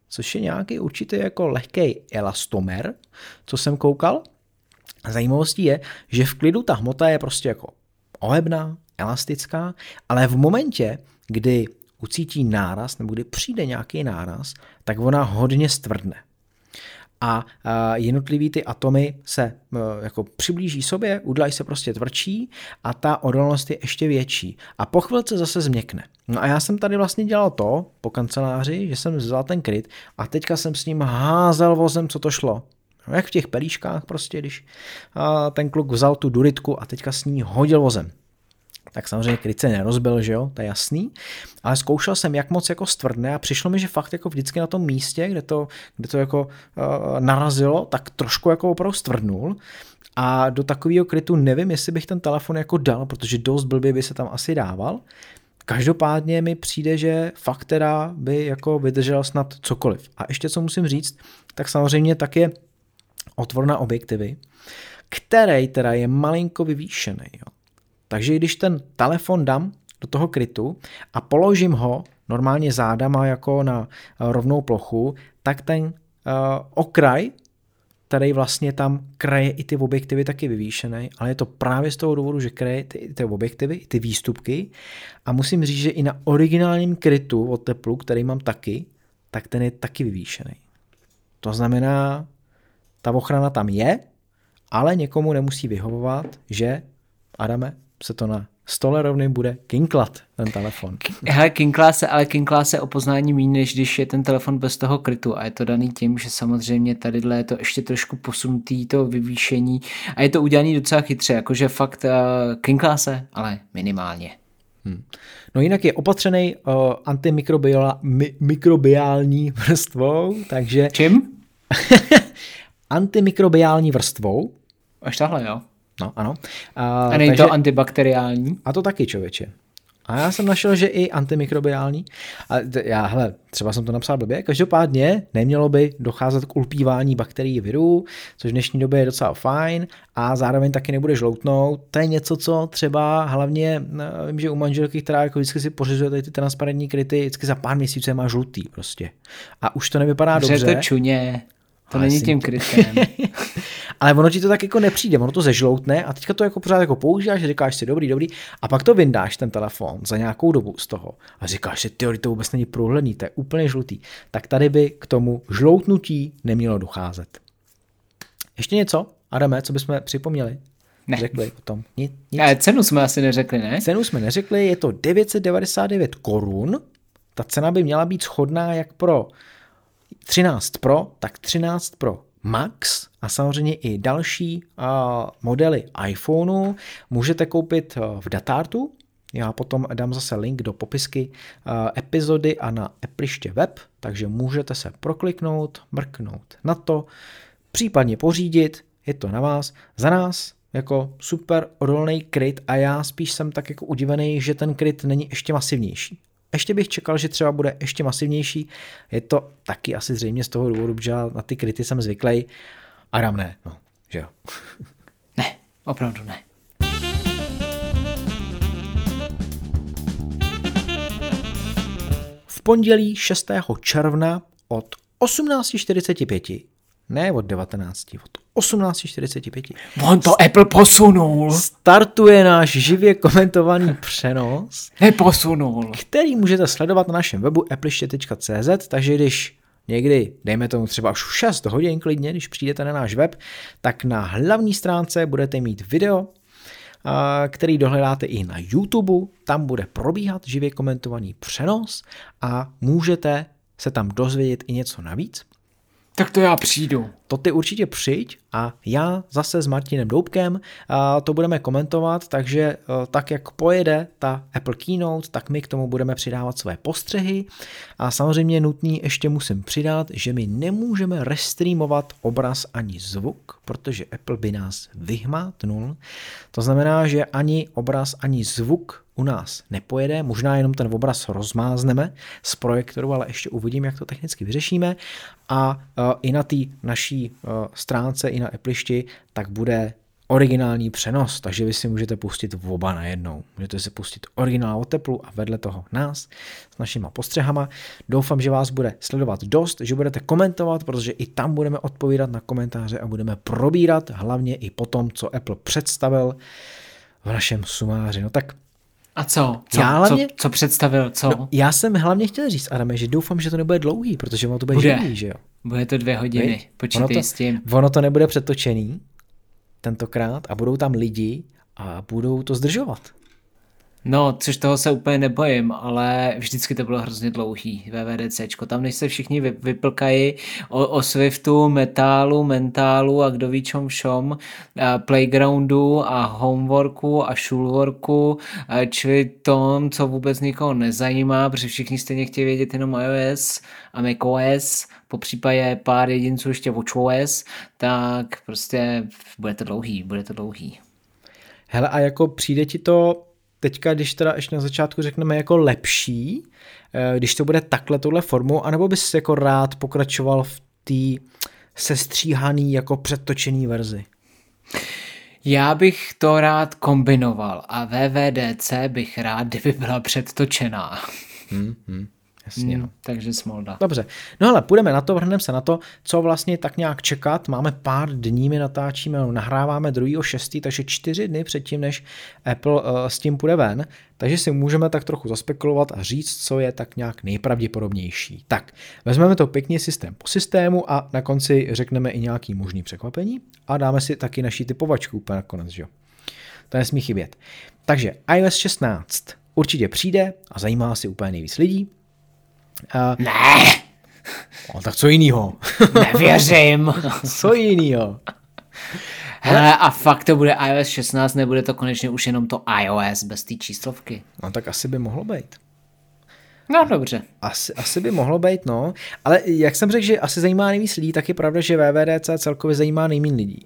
což je nějaký určitý jako lehký elastomer, co jsem koukal. Zajímavostí je, že v klidu ta hmota je prostě jako ohebná, elastická, ale v momentě, kdy ucítí náraz nebo kdy přijde nějaký náraz, tak ona hodně stvrdne. A jednotlivý ty atomy se jako přiblíží sobě, udělají se prostě tvrdší a ta odolnost je ještě větší. A po chvilce zase změkne. No a já jsem tady vlastně dělal to po kanceláři, že jsem vzal ten kryt a teďka jsem s ním házel vozem, co to šlo. No, jak v těch pelíškách prostě, když ten kluk vzal tu duritku a teďka s ní hodil vozem. Tak samozřejmě kryt se nerozbil, že jo, to je jasný, ale zkoušel jsem, jak moc jako stvrdne a přišlo mi, že fakt jako vždycky na tom místě, kde to, kde to jako uh, narazilo, tak trošku jako opravdu stvrdnul a do takového krytu nevím, jestli bych ten telefon jako dal, protože dost blbě by se tam asi dával. Každopádně mi přijde, že fakt teda by jako vydržel snad cokoliv. A ještě co musím říct, tak samozřejmě tak je otvor na objektivy, který teda je malinko vyvýšený, jo. Takže když ten telefon dám do toho krytu a položím ho normálně zádama jako na rovnou plochu, tak ten uh, okraj, který vlastně tam kraje i ty objektivy, taky vyvýšený, ale je to právě z toho důvodu, že kraje ty, ty objektivy, ty výstupky a musím říct, že i na originálním krytu od Teplu, který mám taky, tak ten je taky vyvýšený. To znamená, ta ochrana tam je, ale někomu nemusí vyhovovat, že, Adame, se to na stole rovným bude kinklat, ten telefon. Hele, kinklá se, ale kinklá se o poznání méně, než když je ten telefon bez toho krytu a je to daný tím, že samozřejmě tadyhle je to ještě trošku posunutý, to vyvýšení a je to udělaný docela chytře, jakože fakt uh, kinklá se, ale minimálně. Hmm. No jinak je opatřený uh, antimikrobiální vrstvou, takže... Čím? Antimikrobiální vrstvou. Až tahle, jo. No, ano. A, a není takže, to antibakteriální? A to taky, člověče. A já jsem našel, že i antimikrobiální. A já, hele, třeba jsem to napsal blbě. Každopádně nemělo by docházet k ulpívání bakterií virů, což v dnešní době je docela fajn a zároveň taky nebude žloutnout. To je něco, co třeba hlavně, vím, že u manželky, která jako vždycky si pořizuje tady ty transparentní kryty, vždycky za pár měsíců má žlutý prostě. A už to nevypadá dobře. Že to čuně. To ale není tím krytem. Ale ono ti to tak jako nepřijde, ono to zežloutne a teďka to jako pořád jako používáš, říkáš si dobrý, dobrý a pak to vyndáš ten telefon za nějakou dobu z toho a říkáš si, tyjo, to vůbec není průhledný, to je úplně žlutý. Tak tady by k tomu žloutnutí nemělo docházet. Ještě něco, Adame, co bychom připomněli? Ne. Řekli o tom. Nic, nic. Ale cenu jsme asi neřekli, ne? Cenu jsme neřekli, je to devět set devadesát devět korun. Ta cena by měla být shodná jak pro třináct Pro, tak třináct Pro Max a samozřejmě i další uh, modely iPhoneu můžete koupit uh, v Datartu. Já potom dám zase link do popisky uh, epizody a na Appliště web, takže můžete se prokliknout, mrknout na to, případně pořídit, je to na vás. Za nás jako super odolný kryt a já spíš jsem tak jako udivený, že ten kryt není ještě masivnější. Ještě bych čekal, že třeba bude ještě masivnější. Je to taky asi zřejmě z toho důvodu, že na ty kryty jsem zvyklý. Adam ne, no, že jo. Ne, opravdu ne. V pondělí šestého června od osmnáct čtyřicet pět, ne od devatenáct, od osmnáct čtyřicet pět. On to Apple posunul. Startuje náš živě komentovaný přenos. Neposunul. Který můžete sledovat na našem webu appliště tečka cé zet, takže když někdy, dejme tomu třeba už šest hodin klidně, když přijdete na náš web, tak na hlavní stránce budete mít video, který dohledáte i na YouTube, tam bude probíhat živě komentovaný přenos a můžete se tam dozvědět i něco navíc. Tak to já přijdu. To ty určitě přijď a já zase s Martinem Doubkem to budeme komentovat, takže tak, jak pojede ta Apple Keynote, tak my k tomu budeme přidávat své postřehy a samozřejmě nutný ještě musím přidat, že my nemůžeme restreamovat obraz ani zvuk, protože Apple by nás vyhmátnul. To znamená, že ani obraz, ani zvuk u nás nepojede, možná jenom ten obraz rozmázneme z projektoru, ale ještě uvidím, jak to technicky vyřešíme a uh, i na té naší uh, stránce, i na Applišti, tak bude originální přenos, takže vy si můžete pustit oba najednou. Můžete si pustit originál o teplu a vedle toho nás s našima postřehama. Doufám, že vás bude sledovat dost, že budete komentovat, protože i tam budeme odpovídat na komentáře a budeme probírat hlavně i po tom, co Apple představil v našem sumáři. No tak a co? Co, já hlavně, co, co představil? Co? No, já jsem hlavně chtěl říct, Adame, že doufám, že to nebude dlouhý, protože ono to bude, bude. živý, že jo? Bude to dvě hodiny, počítej ono to, s tím. Ono to nebude přetočený tentokrát a budou tam lidi a budou to zdržovat. No, což toho se úplně nebojím, ale vždycky to bylo hrozně dlouhý, VVDCčko. Tam než se všichni vyplkají o, o Swiftu, Metalu, Mentalu a kdo ví čom všom, a Playgroundu a Homeworku a Schulworku, a čili tom, co vůbec nikoho nezajímá, protože všichni stejně chtějí vědět jenom iOS a macOS, po případě pár jedinců ještě watchOS, tak prostě bude to dlouhý, bude to dlouhý. Hele, a jako přijde ti to teďka, když teda ještě na začátku řekneme jako lepší, když to bude takhle touhle formou, anebo bys jako rád pokračoval v té sestříhaný jako předtočený verzi? Já bych to rád kombinoval a V V D C bych rád, kdyby byla předtočená. Hmm, hmm. Jasně, hmm, no. Takže smolda. Dobře, no hele, půjdeme na to, vrhneme se na to, co vlastně tak nějak čekat. Máme pár dní, my natáčíme, no, nahráváme druhého šestého takže čtyři dny předtím, než Apple uh, s tím půjde ven, takže si můžeme tak trochu zaspekulovat a říct, co je tak nějak nejpravděpodobnější. Tak, vezmeme to pěkně systém po systému a na konci řekneme i nějaký možný překvapení a dáme si taky naši typovačku úplně nakonec, že jo. To nesmí chybět. Takže iOS šestnáct určitě přijde a zajímá si úplně nejvíc lidí. Uh, ne. No, tak co jinýho? Nevěřím. Co jinýho? Hele, a fakt to bude iOS šestnáct, nebude to konečně už jenom to iOS bez té číslovky. No tak asi by mohlo být. No dobře. Asi, asi by mohlo být, no. Ale jak jsem řekl, že asi zajímá nejvíc lidí, tak je pravda, že V V D C celkově zajímá nejméně lidí.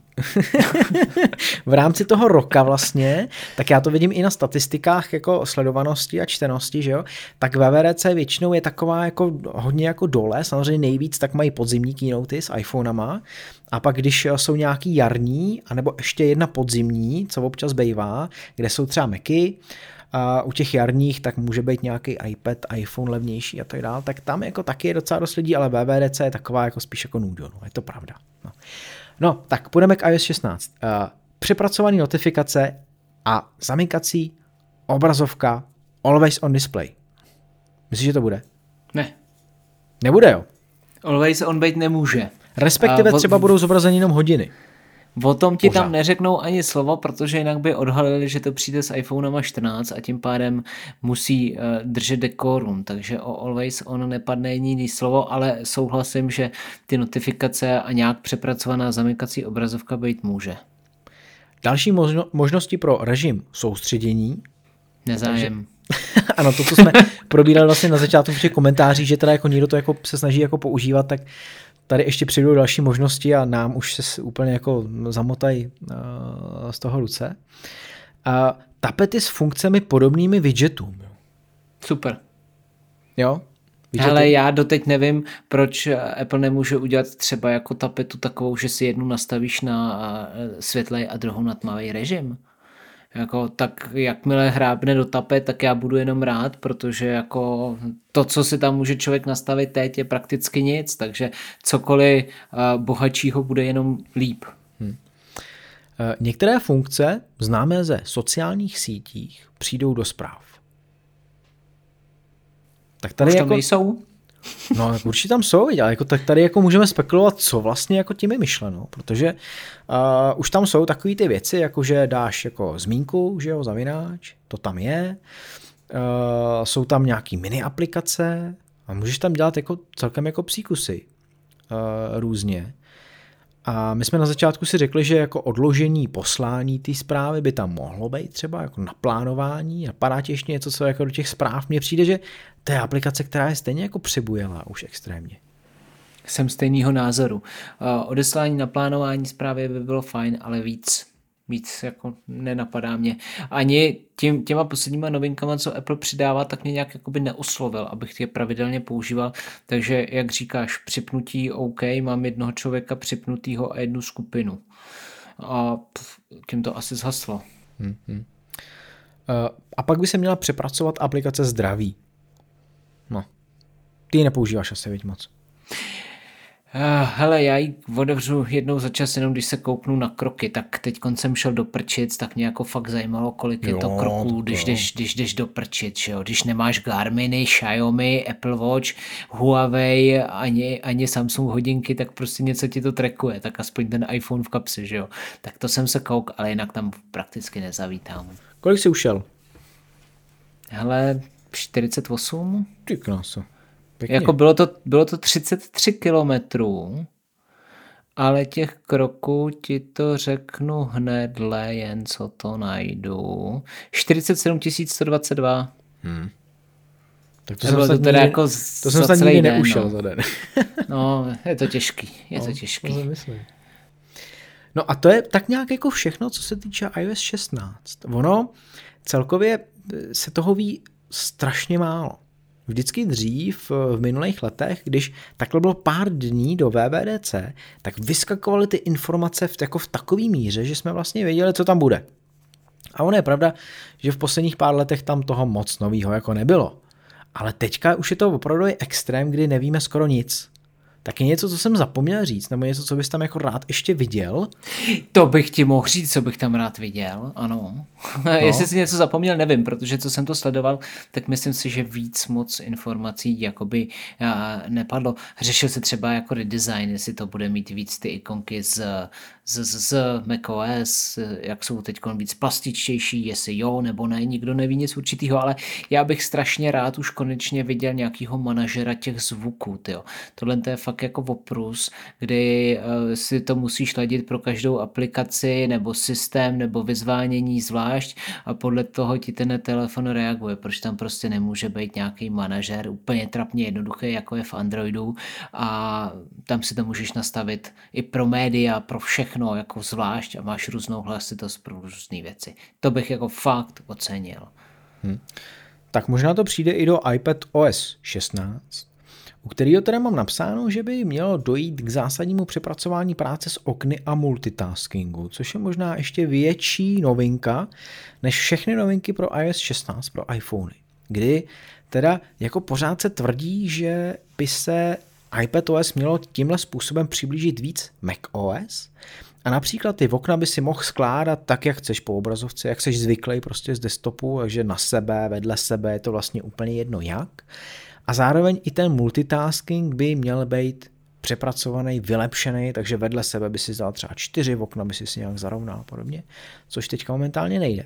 V rámci toho roka vlastně, tak já to vidím i na statistikách jako sledovanosti a čtenosti, že jo, tak V V D C většinou je taková jako hodně jako dole, samozřejmě nejvíc tak mají podzimní keynoty s iPhonama a pak když jsou nějaký jarní, anebo ještě jedna podzimní, co občas bejvá, kde jsou třeba Macy, a u těch jarních tak může být nějaký iPad, iPhone levnější a tak dále, tak tam jako taky je docela dost lidí, ale V V D C je taková jako spíš jako nudo, no, je to pravda. No, no tak půjdeme k iOS šestnáct. Uh, přepracovaný notifikace a zamykací obrazovka Always on Display. Myslíš, že to bude? Ne. Nebude, jo? Always on být nemůže. Respektive uh, třeba budou zobrazeny jenom hodiny. O tom ti Pořád. Tam neřeknou ani slovo, protože jinak by odhalili, že to přijde s iPhonema čtrnáct a tím pádem musí uh, držet dekorum, takže o Always On nepadne jiný slovo, ale souhlasím, že ty notifikace a nějak přepracovaná zamykací obrazovka být může. Další možno- možnosti pro režim soustředění. Nezájem. Takže, ano, to, co jsme probírali vlastně na začátku v těch komentářích, že teda jako někdo to jako se snaží jako používat, tak tady ještě přijdou další možnosti a nám už se úplně jako zamotají uh, z toho ruce. Uh, tapety s funkcemi podobnými widgetům. Super. Jo? Widgety. Hele, já doteď nevím, proč Apple nemůže udělat třeba jako tapetu takovou, že si jednu nastavíš na světlej a druhou na tmavý režim. Jako, tak jakmile hrábne do tapet, tak já budu jenom rád, protože jako to, co si tam může člověk nastavit teď, je prakticky nic, takže cokoliv uh, bohatšího bude jenom líp. Hmm. Některé funkce známé ze sociálních sítích přijdou do zpráv. Tak tady Už jako... tam nejsou? No, určitě tam jsou, ale jako, tak tady jako můžeme spekulovat, co vlastně jako tím je myšleno, protože uh, už tam jsou takové ty věci, jako že dáš jako zmínku, že jo, zavináč, to tam je, uh, jsou tam nějaký mini aplikace a můžeš tam dělat jako celkem jako psíkusy uh, různě. A my jsme na začátku si řekli, že jako odložení poslání té zprávy by tam mohlo být třeba jako naplánování. Napadá ti ještě něco, co jako do těch zpráv mně přijde, že to je aplikace, která je stejně jako přebujelá už extrémně. Jsem stejného názoru. Uh, odeslání naplánování zprávy by bylo fajn, ale víc víc jako nenapadá mě. Ani tím, těma posledníma novinkama, co Apple přidává, tak mě nějak jakoby neoslovil, abych je pravidelně používal. Takže, jak říkáš, připnutí OK, mám jednoho člověka připnutýho a jednu skupinu. a pff, tím to asi zhaslo. Hmm, hmm. Uh, a pak by se měla přepracovat aplikace zdraví. No. Ty ji nepoužíváš asi víc moc. Uh, hele, já ji otevřu jednou za čas, jenom když se kouknu na kroky, tak teď jsem šel do prčic, tak mě jako fakt zajímalo, kolik jo, je to kroků, když jdeš, když jdeš do prčic, jo? Když nemáš Garminy, Xiaomi, Apple Watch, Huawei, ani, ani Samsung hodinky, tak prostě něco ti to trackuje, tak aspoň ten iPhone v kapsi, že jo. Tak to jsem se kouk, ale jinak tam prakticky nezavítám. Kolik jsi ušel? Hele, čtyřicet osm? Ty krása. Pěkně. Jako bylo to, bylo to třicet tři kilometrů, ale těch kroků ti to řeknu hnedle, jen co to najdu. čtyřicet sedm tisíc sto dvacet dva. Hmm. Tak to, to jsem, to teda nikdy, jako to jsem snad nikdy den, neušel no. za den. No, je to těžký, je no, to těžký. To no a to je tak nějak jako všechno, co se týče iOS šestnáct. Ono celkově se toho ví strašně málo. Vždycky dřív v minulých letech, když takhle bylo pár dní do W W D C, tak vyskakovaly ty informace v, jako v takový míře, že jsme vlastně věděli, co tam bude. A ono je pravda, že v posledních pár letech tam toho moc novýho jako nebylo. Ale teďka už je to opravdu extrém, kdy nevíme skoro nic. Tak je něco, co jsem zapomněl říct, nebo něco, co bys tam jako rád ještě viděl? To bych ti mohl říct, co bych tam rád viděl, ano. No. Jestli jsi něco zapomněl, nevím, protože co jsem to sledoval, tak myslím si, že víc moc informací jakoby nepadlo. Řešil se třeba jako redesign, jestli to bude mít víc ty ikonky z, z, z, z macOS, jak jsou teď víc plastičtější, jestli jo nebo ne, nikdo neví nic určitýho, ale já bych strašně rád už konečně viděl nějakýho manažera těch zvuků, tyjo. Tohle to je fakt jako oprus, kdy uh, si to musíš ladit pro každou aplikaci nebo systém nebo vyzvánění zvlášť a podle toho ti ten telefon reaguje, protože tam prostě nemůže být nějaký manažer úplně trapně jednoduchý, jako je v Androidu a tam si to můžeš nastavit i pro média, pro všechno jako zvlášť a máš různou hlasitost pro různé věci. To bych jako fakt ocenil. Hmm. Tak možná to přijde i do iPadOS šestnáct, u kterého teda mám napsáno, že by mělo dojít k zásadnímu přepracování práce s okny a multitaskingu, což je možná ještě větší novinka než všechny novinky pro iOS šestnáct pro iPhony, kdy teda jako pořád se tvrdí, že by se iPadOS mělo tímhle způsobem přiblížit víc macOS a například ty okna by si mohl skládat tak, jak chceš po obrazovce, jak jsi zvyklý prostě z desktopu, takže na sebe, vedle sebe, je to vlastně úplně jedno jak. A zároveň i ten multitasking by měl být přepracovaný, vylepšený, takže vedle sebe by si dal třeba čtyři okna, by si si nějak zarovnal a podobně, což teďka momentálně nejde.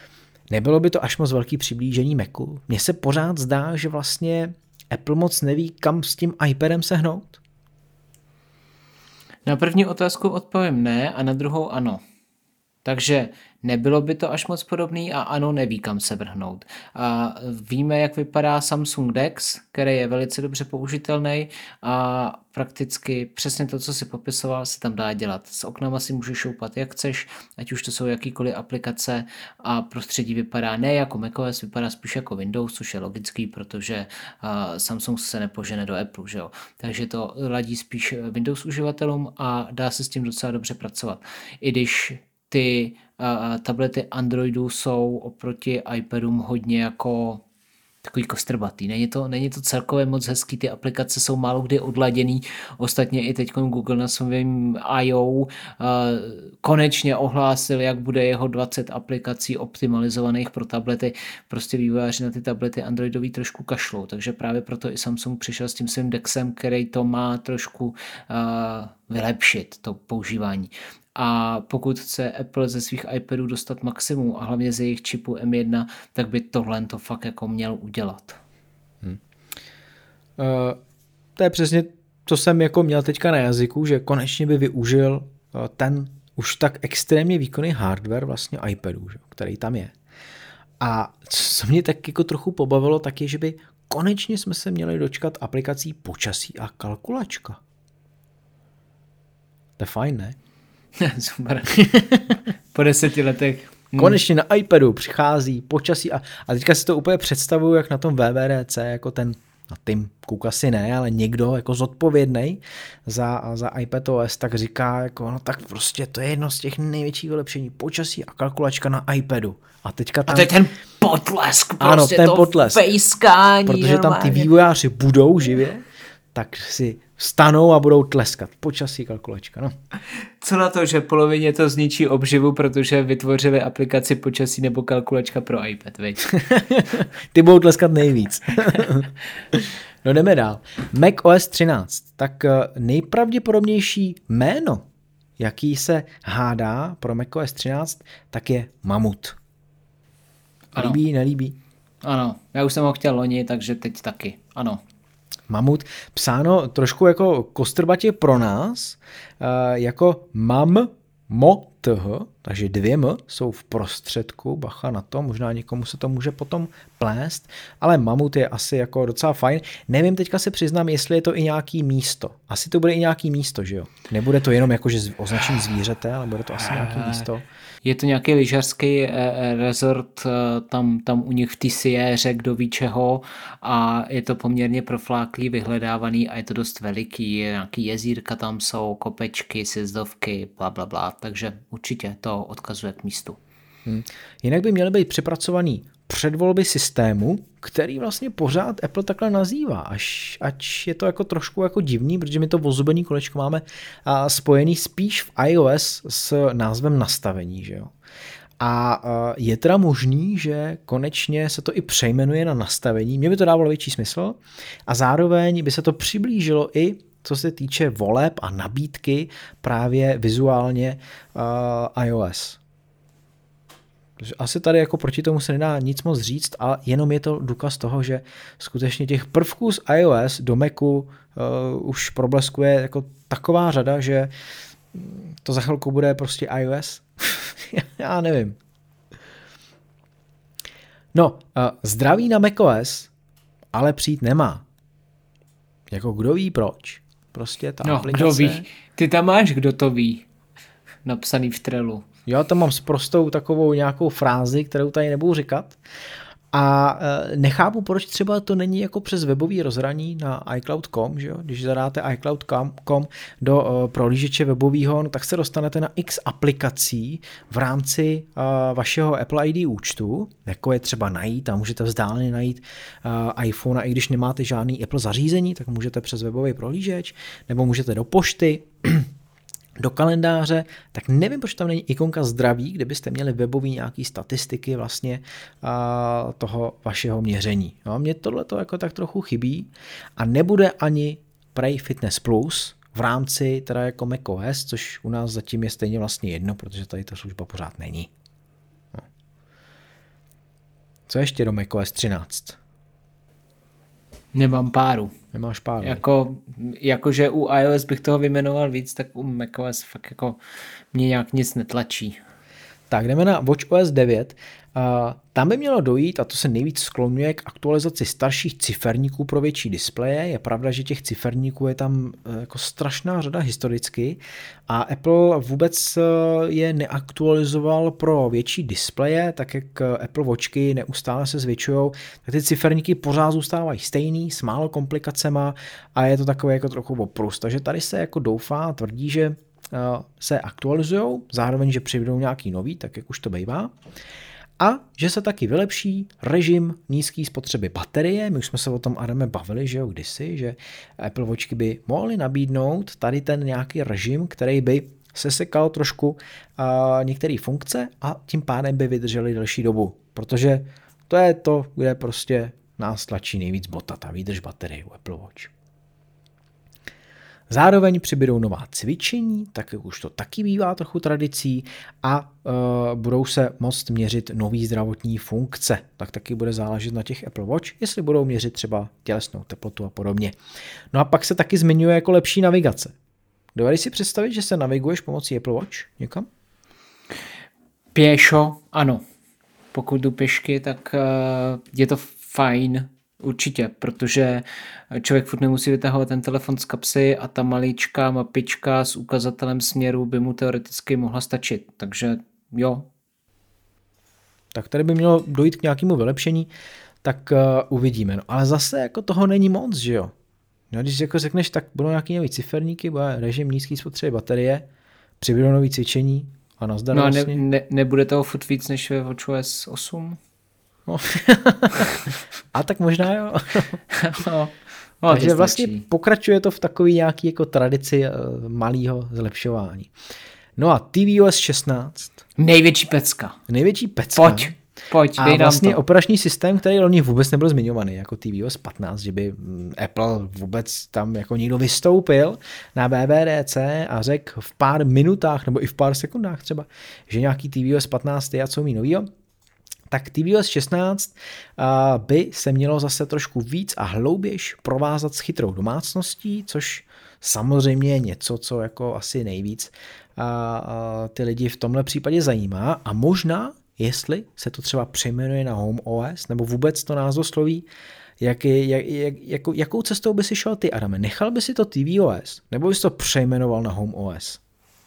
Nebylo by to až moc velký přiblížení Macu? Mně se pořád zdá, že vlastně Apple moc neví, kam s tím iPadem sehnout. Na první otázku odpovím ne a na druhou ano. Takže nebylo by to až moc podobný a ano, neví, kam se vrhnout. A víme, jak vypadá Samsung Dex, který je velice dobře použitelný a prakticky přesně to, co si popisoval, se tam dá dělat. S oknama si můžeš šoupat, jak chceš, ať už to jsou jakýkoliv aplikace a prostředí vypadá ne jako macOS, vypadá spíš jako Windows, což je logický, protože uh, Samsung se nepožene do Apple, že jo. Takže to ladí spíš Windows uživatelům a dá se s tím docela dobře pracovat. I když ty uh, tablety Androidu jsou oproti iPadům hodně jako takový kostrbatý. Není to, není to celkově moc hezký, ty aplikace jsou málo kdy odladěný. Ostatně i teď Google na svém I O uh, konečně ohlásil, jak bude jeho dvacet aplikací optimalizovaných pro tablety. Prostě vývojáři na ty tablety Androidový trošku kašlou, takže právě proto i Samsung přišel s tím svým Dexem, který to má trošku uh, vylepšit, to používání. A pokud chce Apple ze svých iPadů dostat maximum a hlavně ze jejich čipu M jedna, tak by tohle to fakt jako měl udělat. Hmm. Uh, to je přesně, co jsem jako měl teďka na jazyku, že konečně by využil uh, ten už tak extrémně výkonný hardware vlastně iPadů, že, který tam je. A co mě tak jako trochu pobavilo, tak je, že by konečně jsme se měli dočkat aplikací počasí a kalkulačka. To je fajn, ne? Super. Po deseti letech. Hmm. Konečně na iPadu přichází počasí a, a teďka si to úplně představuju, jak na tom W W D C, jako ten a Tim Cook asi ne, ale někdo jako zodpovědnej za, za iPadOS, tak říká, jako, no tak prostě to je jedno z těch největších vylepšení, počasí a kalkulačka na iPadu. A teďka tam... A to je ten potlesk, prostě ano, ten to potlesk, fejskání. protože tam normálně. ty vývojáři budou živě, tak si vstanou a budou tleskat. Počasí kalkulačka, no. Co na to, že polovině to zničí obživu, protože vytvořili aplikaci počasí nebo kalkulačka pro iPad, viď? Ty budou tleskat nejvíc. No jdeme dál. macOS třináct. Tak nejpravděpodobnější jméno, jaký se hádá pro macOS třináct, tak je Mamut. Ano. Líbí, nelíbí? Ano, já už jsem ho chtěl loni, takže teď taky, ano. Mamut, psáno trošku jako kostrbatě pro nás, jako mam, mo, th, takže dvě m jsou v prostředku, bacha na to, možná někomu se to může potom plést, ale mamut je asi jako docela fajn. Nevím, teďka se přiznám, jestli je to i nějaký místo. Asi to bude i nějaký místo, že jo? Nebude to jenom jako, že označení zvířete, ale bude to asi nějaký místo. Je to nějaký lyžařský eh, resort eh, tam, tam u nich v té Sierře, kdo ví čeho, a je to poměrně profláklý, vyhledávaný a je to dost veliký, nějaký jezírka tam jsou, kopečky, sjezdovky, bla, bla, bla, takže určitě to odkazuje k místu. Hmm. Jinak by měly být připracovaný předvolby systému, který vlastně pořád Apple takhle nazývá, až, ač je to jako trošku jako divný, protože my to ozubený kolečko máme a, spojený spíš v iOS s názvem nastavení, že jo. A, a je teda možný, že konečně se to i přejmenuje na nastavení, mně by to dávalo větší smysl a zároveň by se to přiblížilo i co se týče voleb a nabídky právě vizuálně uh, iOS. Asi tady jako proti tomu se nedá nic moc říct, ale jenom je to důkaz toho, že skutečně těch prvků z iOS do Macu uh, už probleskuje jako taková řada, že to za chvilku bude prostě iOS. Já nevím. No, uh, zdraví na macOS ale přijít nemá. Jako kdo ví proč? Prostě ta no, aplikace... kdo ví. Ty tam máš, kdo to ví. Napsaný v Trellu. Já tam mám s prostou takovou nějakou frázi, kterou tady nebudu říkat. A nechápu, proč třeba to není jako přes webový rozhraní na iCloud tečka com, že jo? Když zadáte iCloud tečka com do uh, prohlížeče webového, no, tak se dostanete na x aplikací v rámci uh, vašeho Apple I D účtu, jako je třeba najít a můžete vzdáleně najít uh, iPhone, a i když nemáte žádný Apple zařízení, tak můžete přes webový prohlížeč, nebo můžete do pošty, do kalendáře, tak nevím, proč tam není ikonka zdraví, kde byste měli webový nějaký statistiky vlastně a, toho vašeho měření. No, mně tohle to jako tak trochu chybí a nebude ani prej Fitness Plus v rámci teda jako macOS, což u nás zatím je stejně vlastně jedno, protože tady ta služba pořád není. No. Co ještě do macOS třináct? Nemám páru. Nemáš páru. Jako, jakože u iOS bych toho vyjmenoval víc, tak u macOS fakt jako mě nějak nic netlačí. Tak jdeme na watchOS devět. Uh, tam by mělo dojít, a to se nejvíc skloňuje, k aktualizaci starších ciferníků pro větší displeje. Je pravda, že těch ciferníků je tam uh, jako strašná řada historicky a Apple vůbec uh, je neaktualizoval pro větší displeje, tak jak Apple Watchky neustále se zvětšujou, tak ty ciferníky pořád zůstávají stejný, s málo komplikacema a je to takové jako trochu oprus. Takže tady se jako doufá, tvrdí, že se aktualizujou, zároveň, že přijdou nějaký nový, tak jak už to bývá. A že se taky vylepší režim nízké spotřeby baterie. My už jsme se o tom, Adame, bavili, že jo, kdysi, že Apple Watchky by mohly nabídnout tady ten nějaký režim, který by sesekal trošku uh, některé funkce a tím pádem by vydrželi delší dobu. Protože to je to, kde prostě nás tlačí nejvíc bota, ta výdrž baterie u Apple Watch. Zároveň přibydou nová cvičení, tak už to taky bývá trochu tradicí, a uh, budou se moct měřit nový zdravotní funkce. Tak taky bude záležet na těch Apple Watch, jestli budou měřit třeba tělesnou teplotu a podobně. No a pak se taky zmiňuje jako lepší navigace. Dovedeš si představit, že se naviguješ pomocí Apple Watch někam? Pěšo, ano. Pokud jdu pěšky, tak uh, je to fajn. Určitě, protože člověk furt nemusí vytahovat ten telefon z kapsy a ta maličká mapička s ukazatelem směru by mu teoreticky mohla stačit. Takže jo. Tak tady by mělo dojít k nějakému vylepšení. tak uh, uvidíme. No, ale zase jako toho není moc, že jo? No, když jako řekneš, tak budou nějaký nový ciferníky, bude režim nízký spotřeby baterie, přibydou nový cvičení a nazdar No a ne, vlastně. ne, nebude toho furt víc než ve WatchOS osm? No. A tak možná jo. no. No, takže vlastně pokračuje to v takové nějaké jako tradici uh, malého zlepšování. No a tvOS šestnáct. Největší pecka. Největší pecka. Pojď, pojď, a dej vlastně nám to. operační systém, který loni vůbec nebyl zmiňovaný jako tvOS patnáct, že by Apple vůbec tam jako někdo vystoupil na W W D C a řekl v pár minutách nebo i v pár sekundách třeba, že nějaký tvOS patnáct je a co umí novýho. Tak tvOS šestnáct uh, by se mělo zase trošku víc a hlouběž provázat s chytrou domácností, což samozřejmě je něco, co jako asi nejvíc uh, uh, ty lidi v tomhle případě zajímá a možná, jestli se to třeba přejmenuje na HomeOS, nebo vůbec to názvosloví, jak, jak, jak, jako, jakou cestou by si šel ty, Adame? Nechal by si to tvOS, nebo bys to přejmenoval na HomeOS?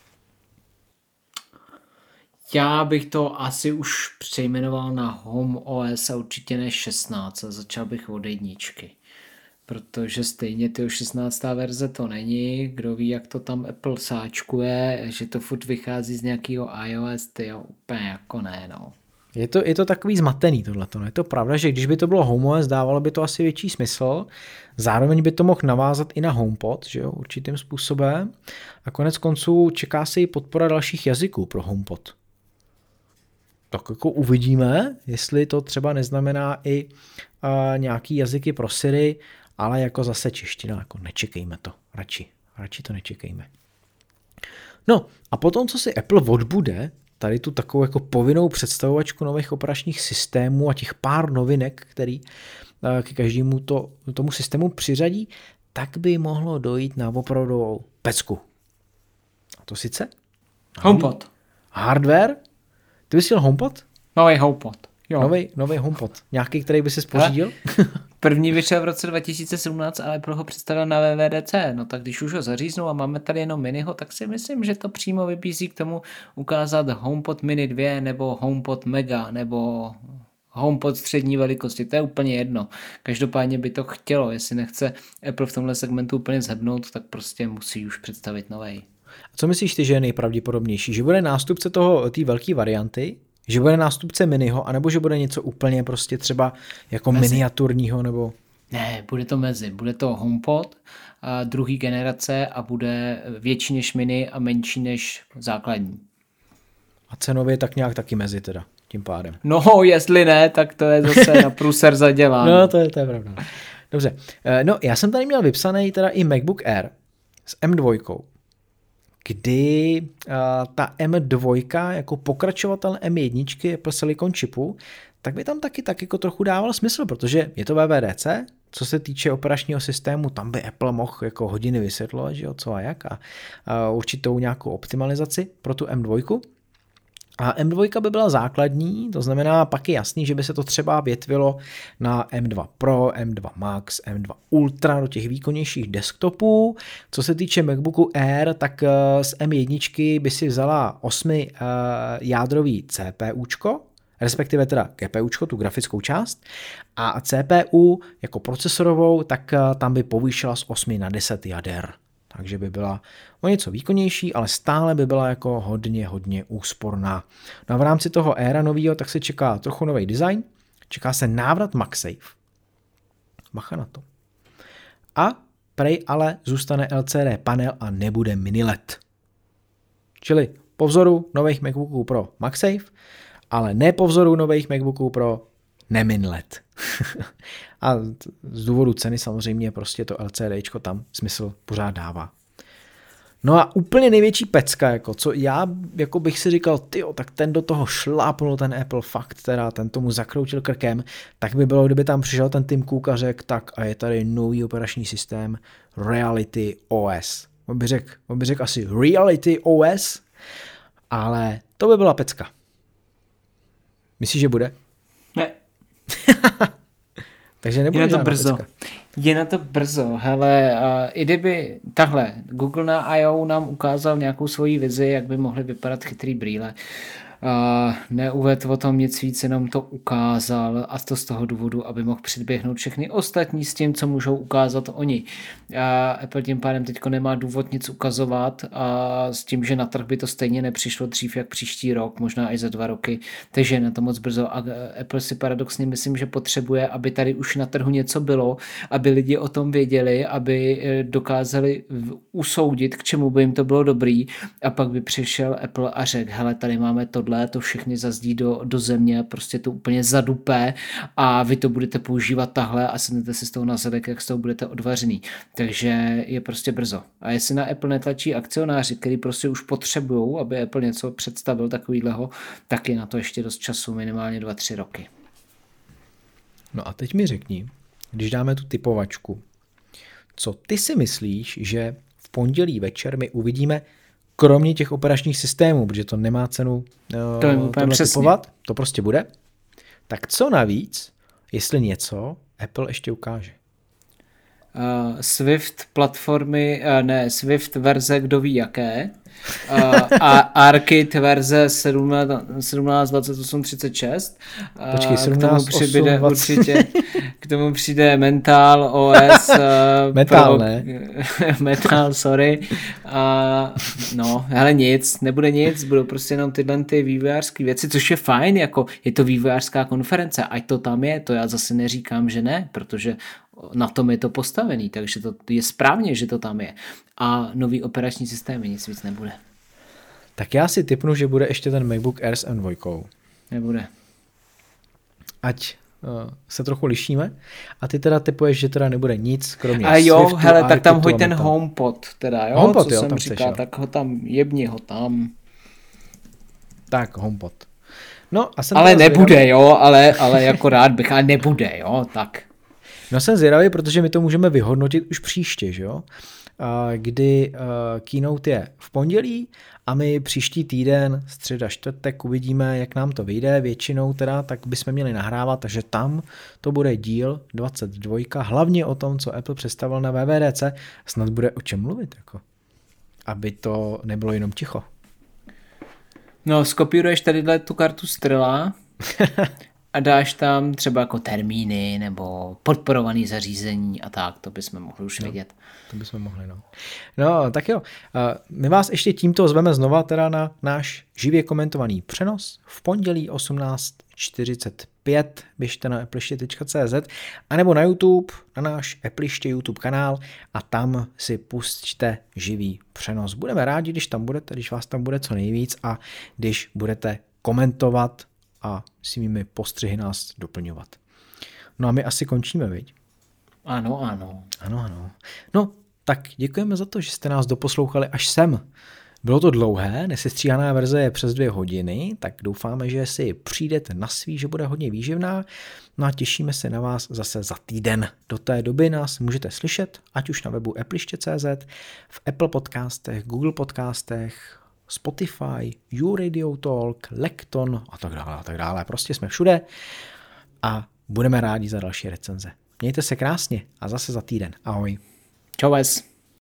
Já bych to asi už přejmenoval na HomeOS a určitě ne šestnáct a začal bych od jedničky. Protože stejně tyho šestnáctá verze to není, kdo ví, jak to tam Apple sáčkuje, že to furt vychází z nějakého iOS, tyjo, úplně jako ne, no. Je to, je to takový zmatený tohleto, je to pravda, že když by to bylo HomeOS, dávalo by to asi větší smysl, zároveň by to mohl navázat i na HomePod, že jo, určitým způsobem a konec konců čeká se i podpora dalších jazyků pro HomePod. Tak jako uvidíme, jestli to třeba neznamená i uh, nějaký jazyky pro Siri, ale jako zase čeština, jako nečekejme to, radši, radši to nečekejme. No a potom, co si Apple odbude, tady tu takovou jako povinnou představovačku nových operačních systémů a těch pár novinek, který uh, k každému to, tomu systému přiřadí, tak by mohlo dojít na opravdu pecku. A to sice? HomePod. Hardware? Ty bys chtěl HomePod? Nový HomePod. Jo. Nový, nový HomePod. Nějaký, který by si spořídil? První vyšel v roce dva tisíce sedmnáct, ale Apple ho představil na W W D C. No tak když už ho zaříznou a máme tady jenom miniho, tak si myslím, že to přímo vybízí k tomu ukázat HomePod Mini dva nebo HomePod Mega nebo HomePod střední velikosti. To je úplně jedno. Každopádně by to chtělo. Jestli nechce Apple v tomhle segmentu úplně zhebnout, tak prostě musí už představit novej. A co myslíš ty, že je nejpravděpodobnější? Že bude nástupce toho, té velké varianty, že bude nástupce miniho, anebo že bude něco úplně prostě třeba jako mezi. Miniaturního, nebo... Ne, bude to mezi. Bude to HomePod a druhý generace a bude větší než mini a menší než základní. A cenově tak nějak taky mezi teda, tím pádem. No, jestli ne, tak to je zase na průser zaděláno. No, to je, to je pravda. Dobře, no já jsem tady měl vypsaný teda i MacBook Air s M dva, kdy uh, ta M dva jako pokračovatel M jedna Apple Silicon chipu, tak by tam taky tak jako trochu dával smysl, protože je to W W D C, co se týče operačního systému, tam by Apple mohl jako hodiny vysvětlovat, že jo, co a jak a uh, určitou nějakou optimalizaci pro tu M dva. A M dva by byla základní, to znamená pak je jasný, že by se to třeba větvilo na M dva Pro, M dva Max, M dva Ultra do těch výkonnějších desktopů. Co se týče MacBooku Air, tak z M jedna by si vzala osmi jádrový CPUčko, respektive teda GPUčko, tu grafickou část, a C P U jako procesorovou, tak tam by povýšila z osmi na deset jader. Takže by byla o něco výkonnější, ale stále by byla jako hodně, hodně úsporná. No a v rámci toho éra novýho tak se čeká trochu nový design, čeká se návrat MagSafe. Bacha na to. A prej ale zůstane L C D panel a nebude mini L E D. Čili po vzoru nových MacBooků Pro MagSafe, ale ne po vzoru nových MacBooků Pro nemin L E D. A z důvodu ceny samozřejmě prostě to LCDčko tam smysl pořád dává. No a úplně největší pecka, jako co já jako bych si říkal, tyjo, tak ten do toho šlápnul ten Apple fakt, teda ten tomu zakroutil krkem, tak by bylo, kdyby tam přišel ten Tim Cook a řekl, tak a je tady nový operační systém Reality O S. On by řekl, on by řekl asi Reality O S, ale to by byla pecka. Myslíš, že bude? Ne. Takže nebude je na to brzo. Pecka. Je na to brzo. Hele, uh, i kdyby takhle, Google na I O nám ukázal nějakou svoji vizi, jak by mohly vypadat chytrý brýle. neuvedl o tom nic víc, jenom to ukázal a to z toho důvodu, aby mohl předběhnout všechny ostatní s tím, co můžou ukázat oni. A Apple tím pádem teďko nemá důvod nic ukazovat a s tím, že na trh by to stejně nepřišlo dřív jak příští rok, možná i za dva roky, takže je na to moc brzo a Apple si paradoxně myslím, že potřebuje, aby tady už na trhu něco bylo, aby lidi o tom věděli, aby dokázali usoudit, k čemu by jim to bylo dobrý a pak by přišel Apple a řekl, hele, tady máme tohle, to všechny zazdí do, do země, prostě to úplně zadupé a vy to budete používat tahle a sednete si z toho na zadek, jak z toho budete odvařený. Takže je prostě brzo. A jestli na Apple netlačí akcionáři, který prostě už potřebují, aby Apple něco představil takovýhleho, tak je na to ještě dost času, minimálně dva, tři roky. No a teď mi řekni, když dáme tu typovačku, co ty si myslíš, že v pondělí večer my uvidíme, kromě těch operačních systémů, protože to nemá cenu uh, tohle typovat, to prostě bude. Tak co navíc, jestli něco, Apple ještě ukáže? Uh, Swift platformy, uh, ne, Swift verze kdo ví jaké, uh, a ARKit verze sedmnáct dvacet osm třicet šest. Uh, Počkej, sedmnáct, k tomu přibude osm, určitě, k tomu přijde Mental O S. Uh, Metal, pro, ne? Metal, sorry. Uh, no, hele nic, nebude nic, budou prostě jenom tyhle ty vývojářské věci, což je fajn, jako je to vývojářská konference, ať to tam je, to já zase neříkám, že ne, protože na tom je to postavený, takže to je správně, že to tam je. A nový operační systémy, nic víc nebude. Tak já si tipnu, že bude ještě ten MacBook Air s M dva. Nebude. Ať uh, se trochu lišíme. A ty teda tipuješ, že teda nebude nic, kromě a jo, Swiftu, hele, tak tam hoď ten tam. HomePod, teda jo, HomePod, co jo, jsem tam říkal, chceš, tak ho tam, jebni ho tam. Tak, HomePod. No, a jsem ale nebude, zvědavý. Jo, ale, ale jako rád bych, ale nebude, jo, tak. No jsem zvědavý, protože my to můžeme vyhodnotit už příště, že jo? Kdy keynote je v pondělí a my příští týden, středa, čtvrtek, uvidíme, jak nám to vyjde. Většinou teda, tak bychom měli nahrávat, takže tam to bude díl dvacet dva, hlavně o tom, co Apple představil na W W D C. Snad bude o čem mluvit, jako. Aby to nebylo jenom ticho. No, skopíruješ tadyhle tu kartu Strela a dáš tam třeba jako termíny nebo podporované zařízení a tak, to bychom mohli už vědět. No, to bychom mohli, no. No, tak jo. My vás ještě tímto zveme znova teda na náš živě komentovaný přenos v pondělí osmnáct čtyřicet pět, běžte na appliště tečka cé zet anebo na YouTube, na náš Appliště YouTube kanál a tam si pusťte živý přenos. Budeme rádi, když tam budete, když vás tam bude co nejvíc a když budete komentovat a svými postřihy nás doplňovat. No a my asi končíme, viď? Ano, ano. Ano, ano. No, tak děkujeme za to, že jste nás doposlouchali až sem. Bylo to dlouhé, nesestříhaná verze je přes dvě hodiny, tak doufáme, že si přijdete na svý, že bude hodně výživná. No a těšíme se na vás zase za týden. Do té doby nás můžete slyšet, ať už na webu appliště tečka cé zet, v Apple podcastech, Google podcastech, Spotify, YouRadio Talk, Lekton a tak dále a tak dále. Prostě jsme všude a budeme rádi za další recenze. Mějte se krásně a zase za týden. Ahoj. Čau vás.